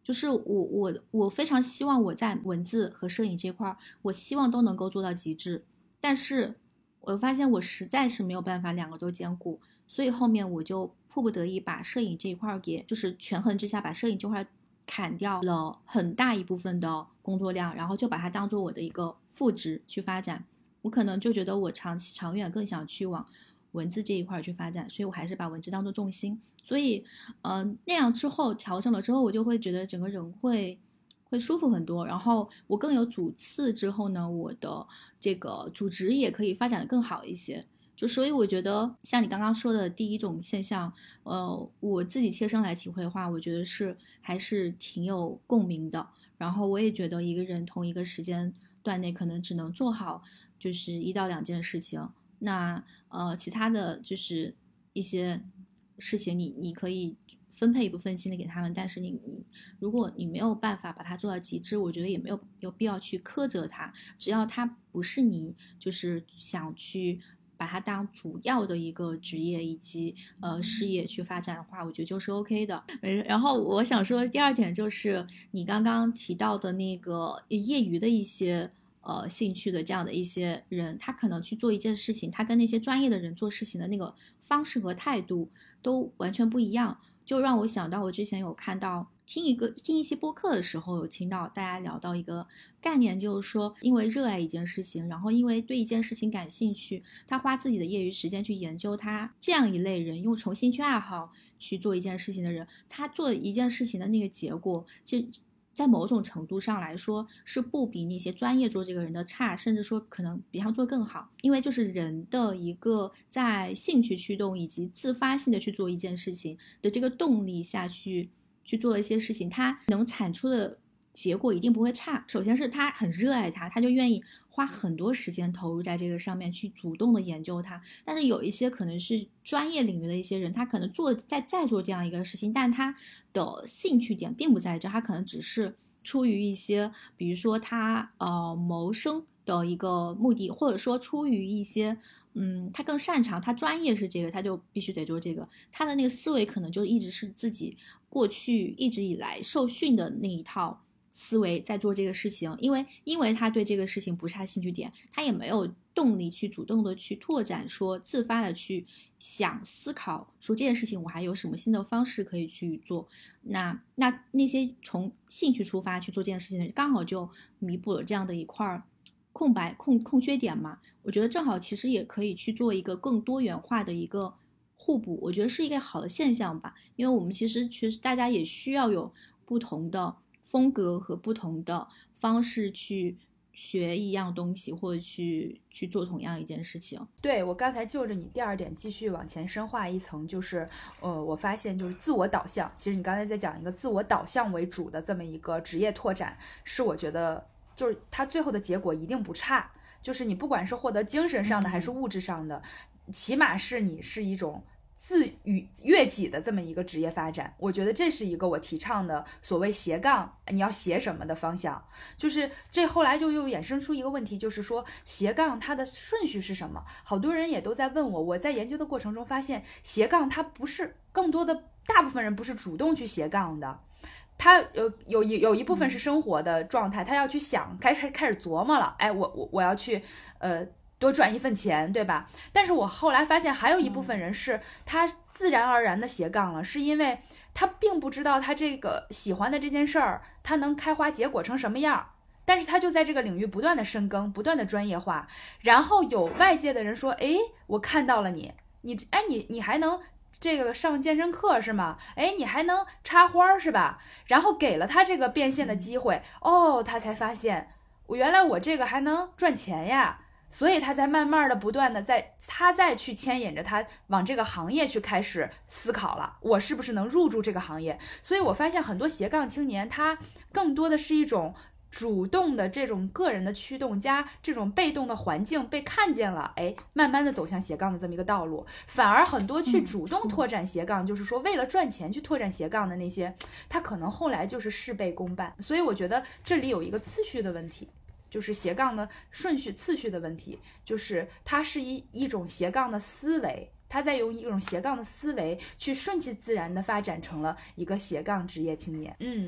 就是我我我非常希望我在文字和摄影这块，我希望都能够做到极致，但是我发现我实在是没有办法两个都兼顾，所以后面我就迫不得已把摄影这一块给，就是权衡之下把摄影这块砍掉了很大一部分的工作量，然后就把它当做我的一个副职去发展。我可能就觉得我长期长远更想去往文字这一块去发展，所以我还是把文字当做重心。所以呃，那样之后调整了之后，我就会觉得整个人会会舒服很多，然后我更有主次之后呢，我的这个主职也可以发展的更好一些。就所以我觉得像你刚刚说的第一种现象，呃，我自己切身来体会的话，我觉得是还是挺有共鸣的。然后我也觉得一个人同一个时间段内可能只能做好就是一到两件事情，那呃其他的就是一些事情你你可以分配一部分精力给他们，但是你你如果你没有办法把它做到极致，我觉得也没有有必要去苛责它，只要它不是你就是想去把它当主要的一个职业以及呃事业去发展的话，我觉得就是 OK 的。然后我想说第二点就是你刚刚提到的那个业余的一些呃兴趣的这样的一些人，他可能去做一件事情，他跟那些专业的人做事情的那个方式和态度都完全不一样，就让我想到我之前有看到听一个听一期播客的时候，有听到大家聊到一个概念，就是说因为热爱一件事情，然后因为对一件事情感兴趣，他花自己的业余时间去研究他，这样一类人用从兴趣爱好去做一件事情的人，他做一件事情的那个结果就在某种程度上来说是不比那些专业做这个人的差，甚至说可能比他们做更好。因为就是人的一个在兴趣驱动以及自发性的去做一件事情的这个动力下去去做一些事情，他能产出的结果一定不会差。首先是他很热爱它，他就愿意花很多时间投入在这个上面去主动的研究它。但是有一些可能是专业领域的一些人，他可能做在在做这样一个事情，但他的兴趣点并不在这，他可能只是出于一些比如说他呃谋生的一个目的，或者说出于一些嗯他更擅长，他专业是这个，他就必须得做这个，他的那个思维可能就一直是自己过去一直以来受训的那一套思维在做这个事情，因为因为他对这个事情不是他兴趣点，他也没有动力去主动的去拓展，说自发的去想思考说这件事情我还有什么新的方式可以去做。那那那些从兴趣出发去做这件事情的人，刚好就弥补了这样的一块空白空空缺点嘛。我觉得正好其实也可以去做一个更多元化的一个互补，我觉得是一个好的现象吧。因为我们其实确实大家也需要有不同的风格和不同的方式去学一样东西，或者去去做同样一件事情。 对，我刚才就着你第二点继续往前深化一层，就是呃，我发现就是自我导向，其实你刚才在讲一个自我导向为主的这么一个职业拓展，是我觉得就是它最后的结果一定不差，就是你不管是获得精神上的还是物质上的、嗯、起码是你是一种自与悦己的这么一个职业发展。我觉得这是一个我提倡的所谓斜杠你要斜什么的方向。就是这后来就又衍生出一个问题，就是说斜杠它的顺序是什么，好多人也都在问我。我在研究的过程中发现，斜杠它不是，更多的大部分人不是主动去斜杠的，他有有有一部分是生活的状态，他要去想，开始开始琢磨了，哎，我我我要去呃多赚一份钱，对吧？但是我后来发现还有一部分人是他自然而然的斜杠了，是因为他并不知道他这个喜欢的这件事儿他能开花结果成什么样，但是他就在这个领域不断的深耕，不断的专业化，然后有外界的人说，哎，我看到了你你哎你你还能这个上健身课是吗？哎，你还能插花是吧？然后给了他这个变现的机会，哦，他才发现我原来我这个还能赚钱呀，所以他才慢慢的不断的在他再去牵引着他往这个行业去开始思考了，我是不是能入驻这个行业。所以我发现很多斜杠青年他更多的是一种主动的这种个人的驱动加这种被动的环境被看见了，哎，慢慢的走向斜杠的这么一个道路。反而很多去主动拓展斜杠、嗯、就是说为了赚钱去拓展斜杠的那些，他可能后来就是事倍功半。所以我觉得这里有一个次序的问题，就是斜杠的顺序次序的问题，就是它是一一种斜杠的思维，他在用一种斜杠的思维去顺其自然的发展成了一个斜杠职业青年。嗯，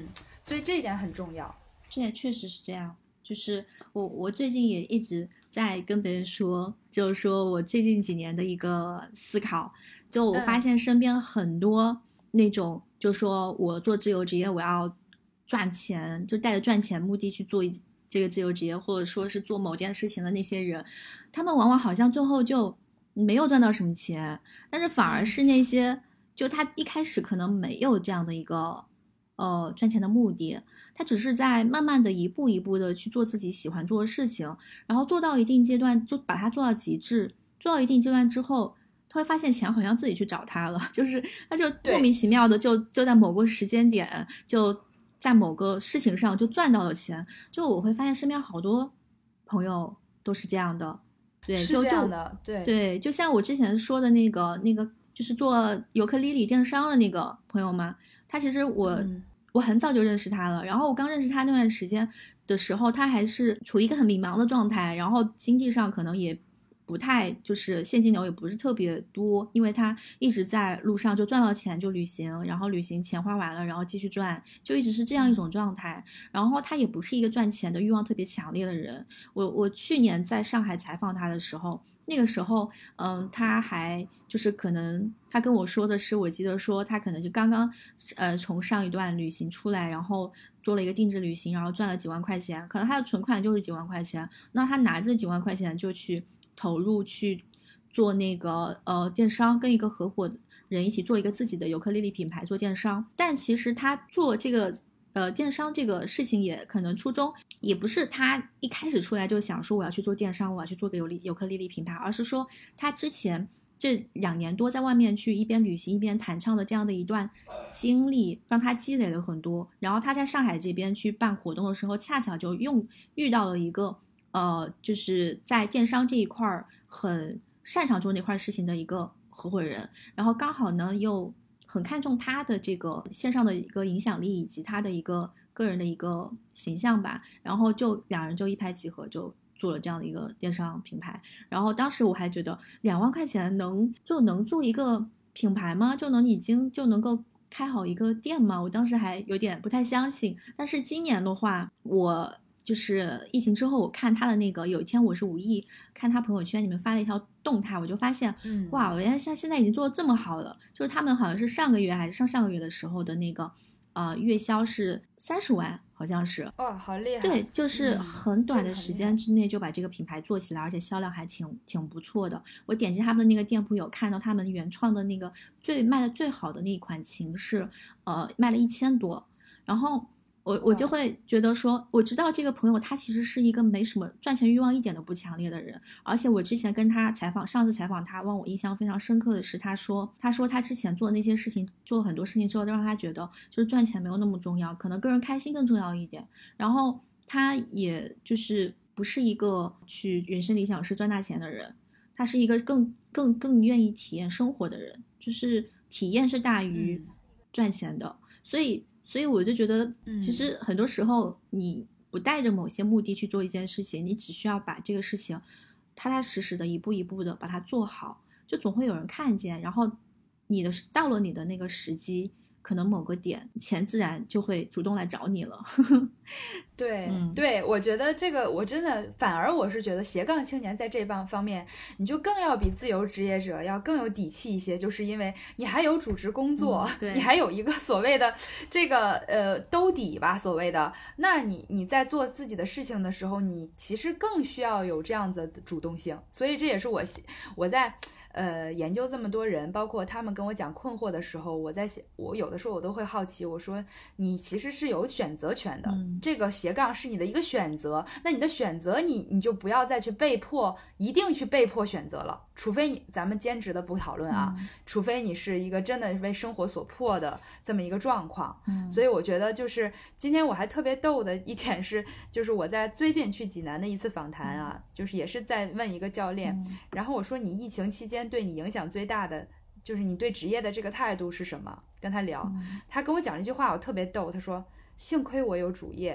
所以这一点很重要。 这也确实是这样，就是我我最近也一直在跟别人说，就是说我最近几年的一个思考，就我发现身边很多那种，嗯、就说我做自由职业，我要赚钱，就带着赚钱目的去做一这个自由职业，或者说是做某件事情的那些人，他们往往好像最后就没有赚到什么钱，但是反而是那些、嗯、就他一开始可能没有这样的一个呃赚钱的目的，他只是在慢慢的一步一步的去做自己喜欢做的事情，然后做到一定阶段就把它做到极致，做到一定阶段之后，他会发现钱好像自己去找他了，就是他就莫名其妙的就就在某个时间点就在某个事情上就赚到了钱。就我会发现身边好多朋友都是这样的，对， 是这样的，对对，就像我之前说的那个那个就是做尤克里里电商的那个朋友嘛，他其实我、嗯、我很早就认识他了，然后我刚认识他那段时间的时候，他还是处于一个很迷茫的状态，然后经济上可能也不太，就是现金流也不是特别多，因为他一直在路上就赚到钱就旅行，然后旅行钱花完了然后继续赚，就一直是这样一种状态。然后他也不是一个赚钱的欲望特别强烈的人。我我去年在上海采访他的时候，那个时候嗯，他还就是可能他跟我说的是，我记得说他可能就刚刚呃从上一段旅行出来，然后做了一个定制旅行，然后赚了几万块钱，可能他的存款就是几万块钱，那他拿这几万块钱就去投入去做那个呃电商，跟一个合伙人一起做一个自己的尤克里里品牌做电商。但其实他做这个呃电商这个事情也可能初衷也不是他一开始出来就想说我要去做电商，我要去做个尤尤克里里品牌，而是说他之前这两年多在外面去一边旅行一边弹唱的这样的一段经历，让他积累了很多。然后他在上海这边去办活动的时候，恰巧就用遇到了一个呃，就是在电商这一块很擅长做那块事情的一个合伙人，然后刚好呢又很看重他的这个线上的一个影响力以及他的一个个人的一个形象吧，然后就两人就一拍即合，就做了这样的一个电商品牌。然后当时我还觉得两万块钱能就能做一个品牌吗？就能已经就能够开好一个店吗？我当时还有点不太相信。但是今年的话，我就是疫情之后，我看他的那个，有一天我是无意看他朋友圈里面发了一条动态，我就发现， 嗯， 哇，原来像现在已经做得这么好了。就是他们好像是上个月还是上上个月的时候的那个，呃，月销是三十万，好像是。 哇，好厉害！ 对，就是很短的时间之内就把这个品牌做起来，而且销量还挺挺不错的。我点击他们的那个店铺，有看到他们原创的那个最卖的最好的那一款琴是，呃，卖了一千多，然后。我我就会觉得说，我知道这个朋友他其实是一个没什么赚钱欲望一点都不强烈的人，而且我之前跟他采访，上次采访他，让我印象非常深刻的是，他说他说他之前做的那些事情，做了很多事情之后，都让他觉得就是赚钱没有那么重要，可能个人开心更重要一点。然后他也就是不是一个去人生理想是赚大钱的人，他是一个更更更愿意体验生活的人，就是体验是大于赚钱的，嗯、所以。所以我就觉得，其实很多时候你不带着某些目的去做一件事情，你只需要把这个事情踏踏实实的一步一步的把它做好，就总会有人看见，然后你的到了你的那个时机，可能某个点钱自然就会主动来找你了。 对、 嗯、 对，我觉得这个我真的反而我是觉得斜杠青年在这帮方面你就更要比自由职业者要更有底气一些，就是因为你还有主职工作、 嗯、 你还有一个所谓的这个呃兜底吧，所谓的，那你你在做自己的事情的时候，你其实更需要有这样子的主动性。所以这也是我我在呃，研究这么多人，包括他们跟我讲困惑的时候，我在我有的时候我都会好奇，我说你其实是有选择权的、嗯、这个斜杠是你的一个选择，那你的选择你你就不要再去被迫一定去被迫选择了，除非你咱们兼职的不讨论啊、嗯、除非你是一个真的为生活所迫的这么一个状况、嗯、所以我觉得就是今天我还特别逗的一点是，就是我在最近去济南的一次访谈啊、嗯、就是也是在问一个教练、嗯、然后我说你疫情期间对你影响最大的就是你对职业的这个态度是什么，跟他聊、嗯、他跟我讲了一句话我特别逗，他说幸亏我有主业，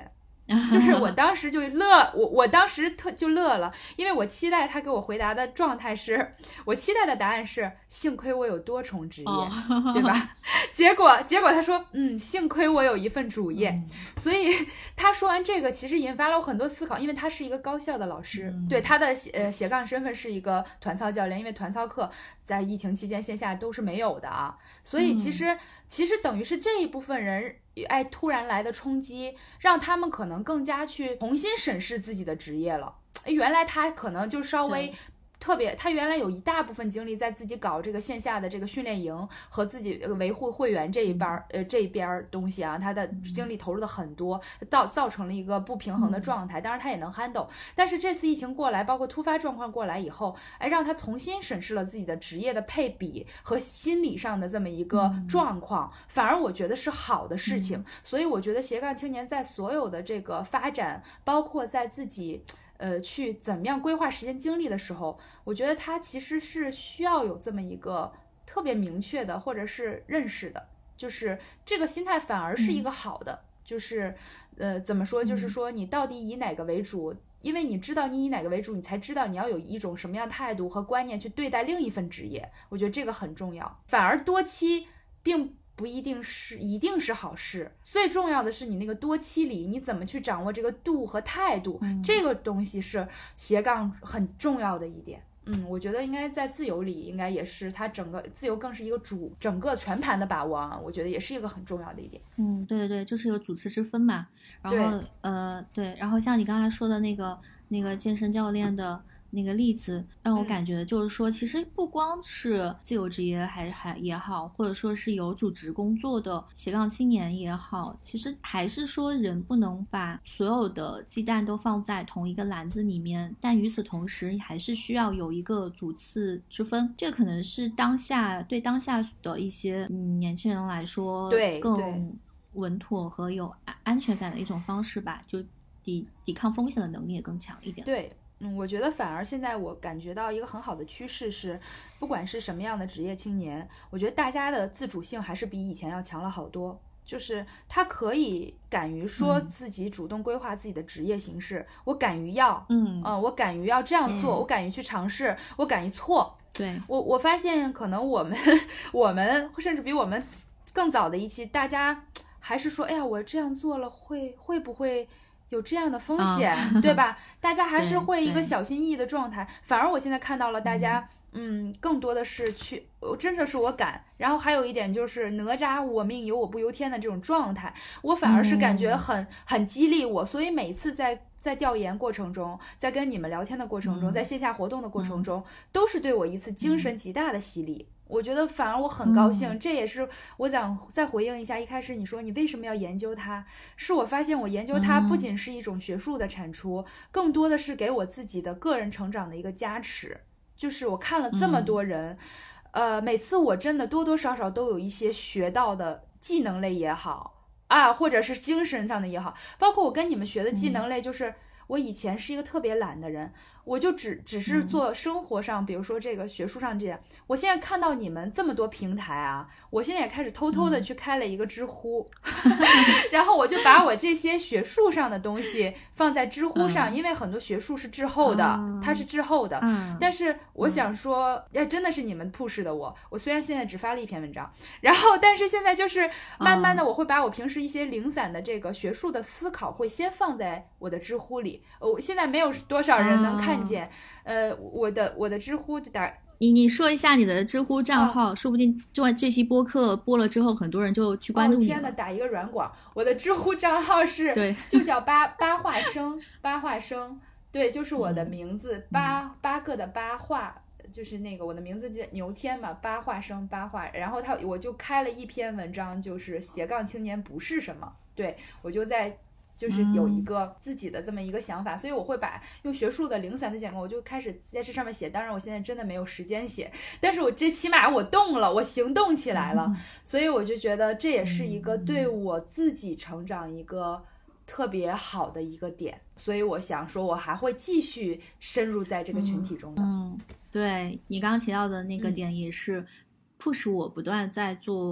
就是我当时就乐，我我当时特就乐了，因为我期待他给我回答的状态是，我期待的答案是幸亏我有多重职业，哦、对吧？结果结果他说，嗯，幸亏我有一份主业，嗯、所以他说完这个，其实引发了我很多思考，因为他是一个高校的老师，嗯、对他的呃斜杠身份是一个团操教练，因为团操课在疫情期间线下都是没有的啊，所以其实、嗯、其实等于是这一部分人。哎，突然来的冲击，让他们可能更加去重新审视自己的职业了。原来他可能就稍微特别，他原来有一大部分精力在自己搞这个线下的这个训练营和自己维护会员这一边呃这一边东西啊，他的精力投入的很多，造造成了一个不平衡的状态。当然他也能 handle， 但是这次疫情过来，包括突发状况过来以后，哎，让他重新审视了自己的职业的配比和心理上的这么一个状况，嗯、反而我觉得是好的事情。嗯、所以我觉得斜杠青年在所有的这个发展，包括在自己。呃，去怎么样规划时间精力的时候，我觉得他其实是需要有这么一个特别明确的，或者是认识的，就是这个心态反而是一个好的，嗯、就是呃，怎么说，就是说你到底以哪个为主？嗯、因为你知道你以哪个为主，你才知道你要有一种什么样的态度和观念去对待另一份职业。我觉得这个很重要，反而多期并。不一定是一定是好事，最重要的是你那个多期里你怎么去掌握这个度和态度，嗯、这个东西是斜杠很重要的一点。嗯，我觉得应该在自由里应该也是它整个自由更是一个主整个全盘的把握啊，我觉得也是一个很重要的一点。 嗯，对对对，就是有主次之分嘛。然后呃对，然后像你刚才说的那个那个健身教练的。那个例子让我感觉就是说，其实不光是自由职业还还也好，或者说是有主职工作的斜杠青年也好，其实还是说人不能把所有的鸡蛋都放在同一个篮子里面，但与此同时还是需要有一个主次之分。这可能是当下对当下的一些嗯年轻人来说更稳妥和有安全感的一种方式吧，就抵抵抗风险的能力也更强一点。 对。嗯，我觉得反而现在我感觉到一个很好的趋势是，不管是什么样的职业青年，我觉得大家的自主性还是比以前要强了好多。就是他可以敢于说自己主动规划自己的职业形式，嗯、我敢于要，嗯嗯，我敢于要这样做，嗯、我敢于去尝试，我敢于错。 对我，我发现可能我们我们甚至比我们更早的一期，大家还是说，哎呀，我这样做了会会不会？有这样的风险，哦、对吧？大家还是会一个小心翼翼的状态。反而我现在看到了大家，嗯，更多的是去，真的是我敢。然后还有一点就是哪吒我命由我不由天的这种状态，我反而是感觉很、嗯、很激励我。所以每次在在调研过程中，在跟你们聊天的过程中，嗯、在线下活动的过程中，嗯、都是对我一次精神极大的洗礼。嗯我觉得反而我很高兴，嗯、这也是我想再回应一下一开始你说你为什么要研究它，是我发现我研究它不仅是一种学术的产出，嗯、更多的是给我自己的个人成长的一个加持。就是我看了这么多人，嗯、呃，每次我真的多多少少都有一些学到的技能类也好啊，或者是精神上的也好，包括我跟你们学的技能类，就是我以前是一个特别懒的人。我就只只是做生活上，嗯、比如说这个学术上这样。我现在看到你们这么多平台啊，我现在也开始偷偷的去开了一个知乎，嗯、然后我就把我这些学术上的东西放在知乎上，嗯、因为很多学术是滞后的，嗯、它是滞后的。嗯、但是我想说，哎，真的是你们 push 的我。我虽然现在只发了一篇文章，然后但是现在就是慢慢的，我会把我平时一些零散的这个学术的思考，会先放在我的知乎里。我现在没有多少人能看。看见，呃，我的我的知乎就打你你说一下你的知乎账号，哦、说不定这这期播客播了之后，很多人就去关注你了。 哦、天哪，打一个软广，我的知乎账号是对， 就叫八八画生，八画生，对，就是我的名字，嗯、八八个的八画。就是那个我的名字叫牛天嘛，八画生八画，然后他我就开了一篇文章，就是斜杠青年不是什么，对我就在。就是有一个自己的这么一个想法，嗯、所以我会把用学术的零散的讲课，我就开始在这上面写。当然，我现在真的没有时间写，但是我这起码我动了，我行动起来了，嗯、所以我就觉得这也是一个对我自己成长一个特别好的一个点。所以我想说，我还会继续深入在这个群体中的。 嗯，嗯对你刚刚提到的那个点也是 push 我不断在做。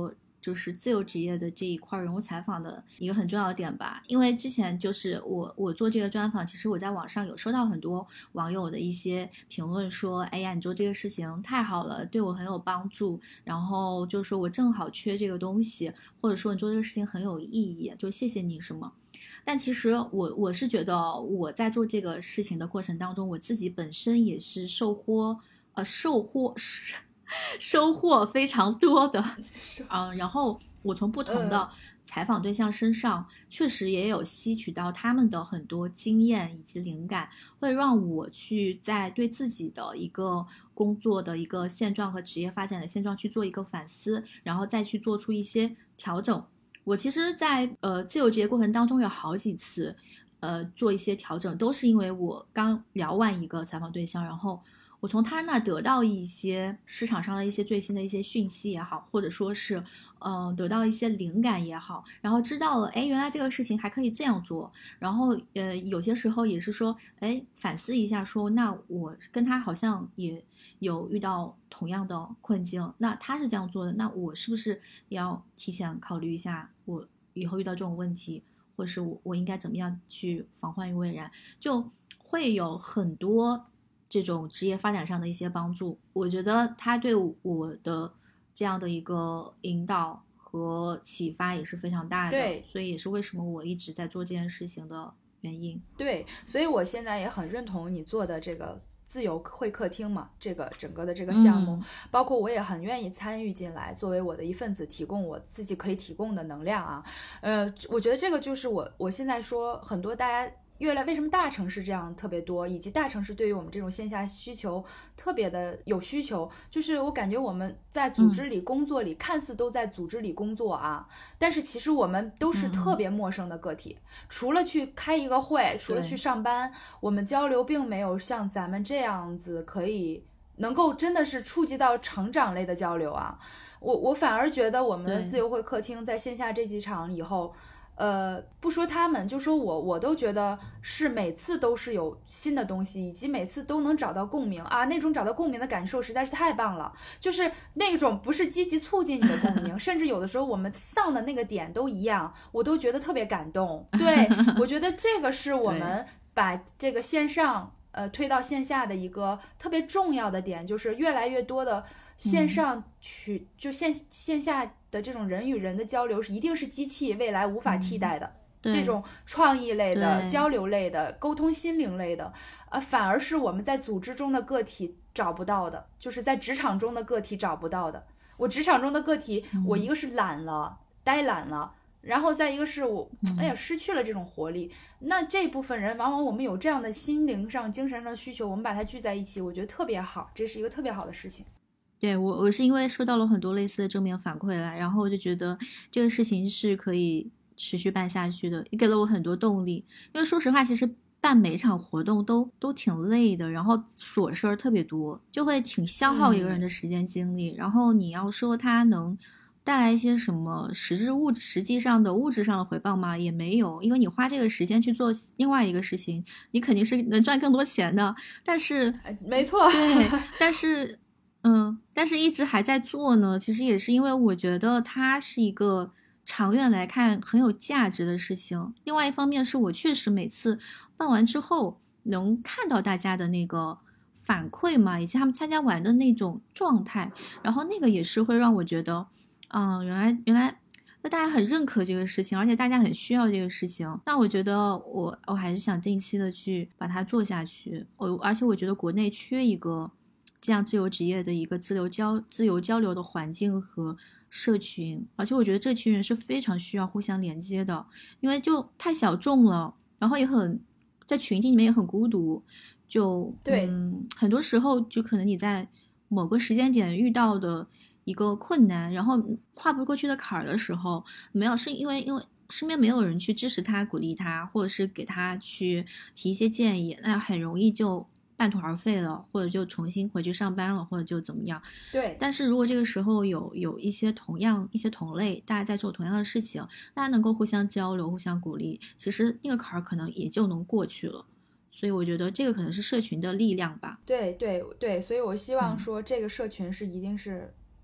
就是自由职业的这一块人物采访的一个很重要的点吧。因为之前就是我我做这个专访，其实我在网上有收到很多网友的一些评论说，哎呀，你做这个事情太好了，对我很有帮助，然后就说我正好缺这个东西，或者说你做这个事情很有意义，就谢谢你什么。但其实我我是觉得我在做这个事情的过程当中，我自己本身也是收获呃收获收获非常多的啊、嗯，然后我从不同的采访对象身上、嗯、确实也有吸取到他们的很多经验以及灵感，会让我去在对自己的一个工作的一个现状和职业发展的现状去做一个反思，然后再去做出一些调整。我其实在呃自由职业过程当中有好几次呃做一些调整，都是因为我刚聊完一个采访对象，然后我从他那得到一些市场上的一些最新的一些讯息也好，或者说是嗯、呃、得到一些灵感也好，然后知道了哎原来这个事情还可以这样做，然后呃有些时候也是说哎反思一下说，那我跟他好像也有遇到同样的困境，那他是这样做的，那我是不是也要提前考虑一下我以后遇到这种问题，或是我我应该怎么样去防患于未然，就会有很多这种职业发展上的一些帮助。我觉得他对我的这样的一个引导和启发也是非常大的， 对， 所以也是为什么我一直在做这件事情的原因。 对，所以我现在也很认同你做的这个自由会客厅嘛，这个整个的这个项目、嗯、包括我也很愿意参与进来，作为我的一份子，提供我自己可以提供的能量啊。呃，我觉得这个就是我我现在说很多大家越来为什么大城市这样特别多，以及大城市对于我们这种线下需求特别的有需求，就是我感觉我们在组织里工作里、嗯、看似都在组织里工作啊，但是其实我们都是特别陌生的个体、嗯、除了去开一个会，除了去上班，我们交流并没有像咱们这样子可以能够真的是触及到成长类的交流啊。我我反而觉得我们的自由会客厅在线下这几场以后，呃，不说他们，就说我，我都觉得是每次都是有新的东西，以及每次都能找到共鸣啊，那种找到共鸣的感受实在是太棒了。就是那种不是积极促进你的共鸣，甚至有的时候我们丧的那个点都一样，我都觉得特别感动。对，我觉得这个是我们把这个线上呃推到线下的一个特别重要的点，就是越来越多的线上去、嗯、就线线下的这种人与人的交流是一定是机器未来无法替代的、嗯、这种创意类的交流类的沟通心灵类的呃，反而是我们在组织中的个体找不到的，就是在职场中的个体找不到的。我职场中的个体、嗯、我一个是懒了呆懒了，然后再一个是我哎呀失去了这种活力、嗯、那这部分人往往我们有这样的心灵上精神上的需求，我们把它聚在一起，我觉得特别好，这是一个特别好的事情。 对，我我是因为收到了很多类似的正面反馈来，然后我就觉得这个事情是可以持续办下去的，也给了我很多动力。因为说实话，其实办每场活动都都挺累的，然后琐事儿特别多，就会挺消耗一个人的时间精力、嗯、然后你要说它能带来一些什么实质物实际上的物质上的回报吗？也没有，因为你花这个时间去做另外一个事情，你肯定是能赚更多钱的。但是没错， 对，但是嗯，但是一直还在做呢，其实也是因为我觉得它是一个长远来看很有价值的事情。另外一方面是我确实每次办完之后能看到大家的那个反馈嘛，以及他们参加完的那种状态，然后那个也是会让我觉得嗯，原来原来大家很认可这个事情，而且大家很需要这个事情。那我觉得我我还是想定期的去把它做下去。我而且我觉得国内缺一个这样自由职业的一个自由交自由交流的环境和社群，而且我觉得这群人是非常需要互相连接的，因为就太小众了，然后也很在群体里面也很孤独，就对、 嗯，很多时候就可能你在某个时间点遇到的一个困难，然后跨不过去的坎儿的时候，没有是因为因为身边没有人去支持他鼓励他，或者是给他去提一些建议，那很容易就半途而废了，或者就重新回去上班了，或者就怎么样。 对， 但是如果这个时候有有一些同样一些同类，大家在做同样的事情，大家能够互相交流互相鼓励，其实那个坎儿可能也就能过去了。所以我觉得这个可能是社群的力量吧。 对对对，所以我希望说这个社群是一定是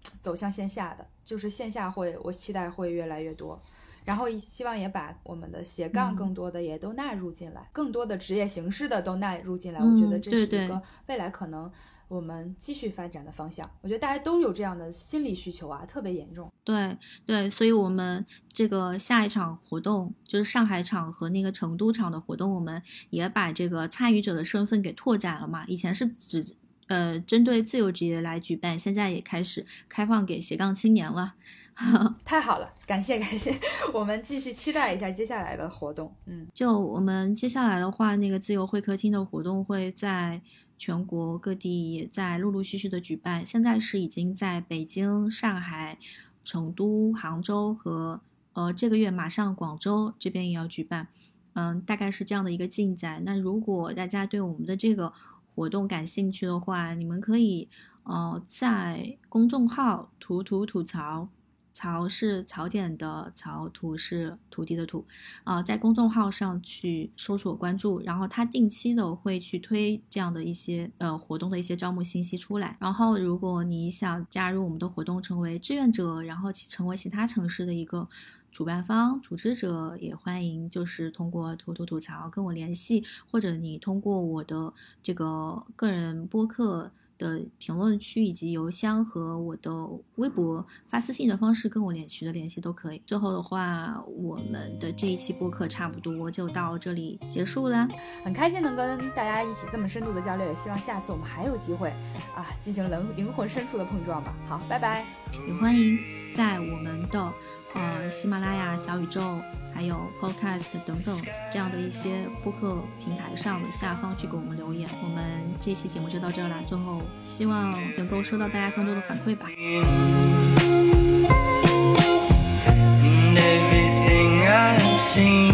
走向线下的，就是线下会我期待会越来越多，然后希望也把我们的斜杠更多的也都纳入进来、嗯、更多的职业形式的都纳入进来、嗯、我觉得这是一个未来可能我们继续发展的方向。我觉得大家都有这样的心理需求啊，特别严重。 对对，所以我们这个下一场活动就是上海场和那个成都场的活动，我们也把这个参与者的身份给拓展了嘛。以前是只呃针对自由职业来举办，现在也开始开放给斜杠青年了。 太好了，感谢感谢，我们继续期待一下接下来的活动。嗯， 就我们接下来的话，那个自由会客厅的活动会在全国各地也在陆陆续续的举办，现在是已经在北京、上海、成都、杭州和呃这个月马上广州这边也要举办，嗯，大概是这样的一个进展。那如果大家对我们的这个活动感兴趣的话，你们可以呃在公众号图图吐槽，槽是槽点的槽，土是土地的土啊、呃，在公众号上去搜索关注，然后他定期的会去推这样的一些呃活动的一些招募信息出来。然后如果你想加入我们的活动成为志愿者，然后成为其他城市的一个主办方组织者，也欢迎就是通过吐吐吐槽跟我联系，或者你通过我的这个个人播客的评论区以及邮箱和我的微博发私信的方式跟我联取得联系都可以。最后的话，我们的这一期播客差不多就到这里结束了， 很开心能跟大家一起这么深度的交流，也希望下次我们还有机会啊进行灵灵魂深处的碰撞吧。好，拜拜。 也欢迎在我们的呃喜马拉雅、小宇宙还有 Podcast 等等这样的一些播客平台上的下方去给我们留言。我们这期节目就到这儿了，最后希望能够收到大家更多的反馈吧。And everything I've seen,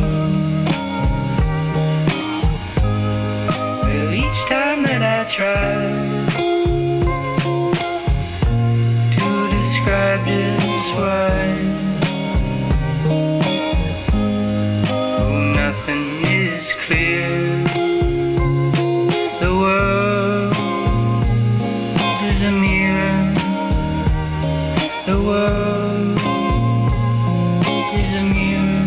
well, each time that I try to describe just why, nothing is clear. The world is a mirror. The world is a mirror.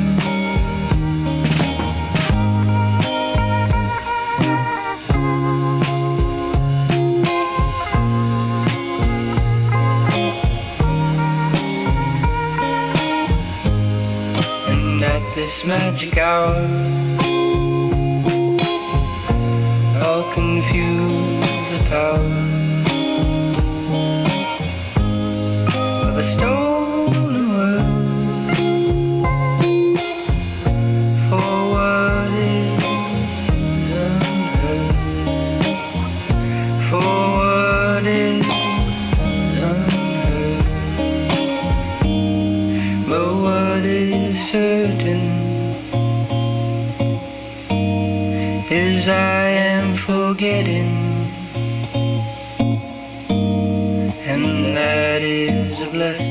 And at this magic hour, I'll confuse the power of a stolen world for what is unheard, for what is unheard. But what is certain is I am forgetting, and that is a blessing.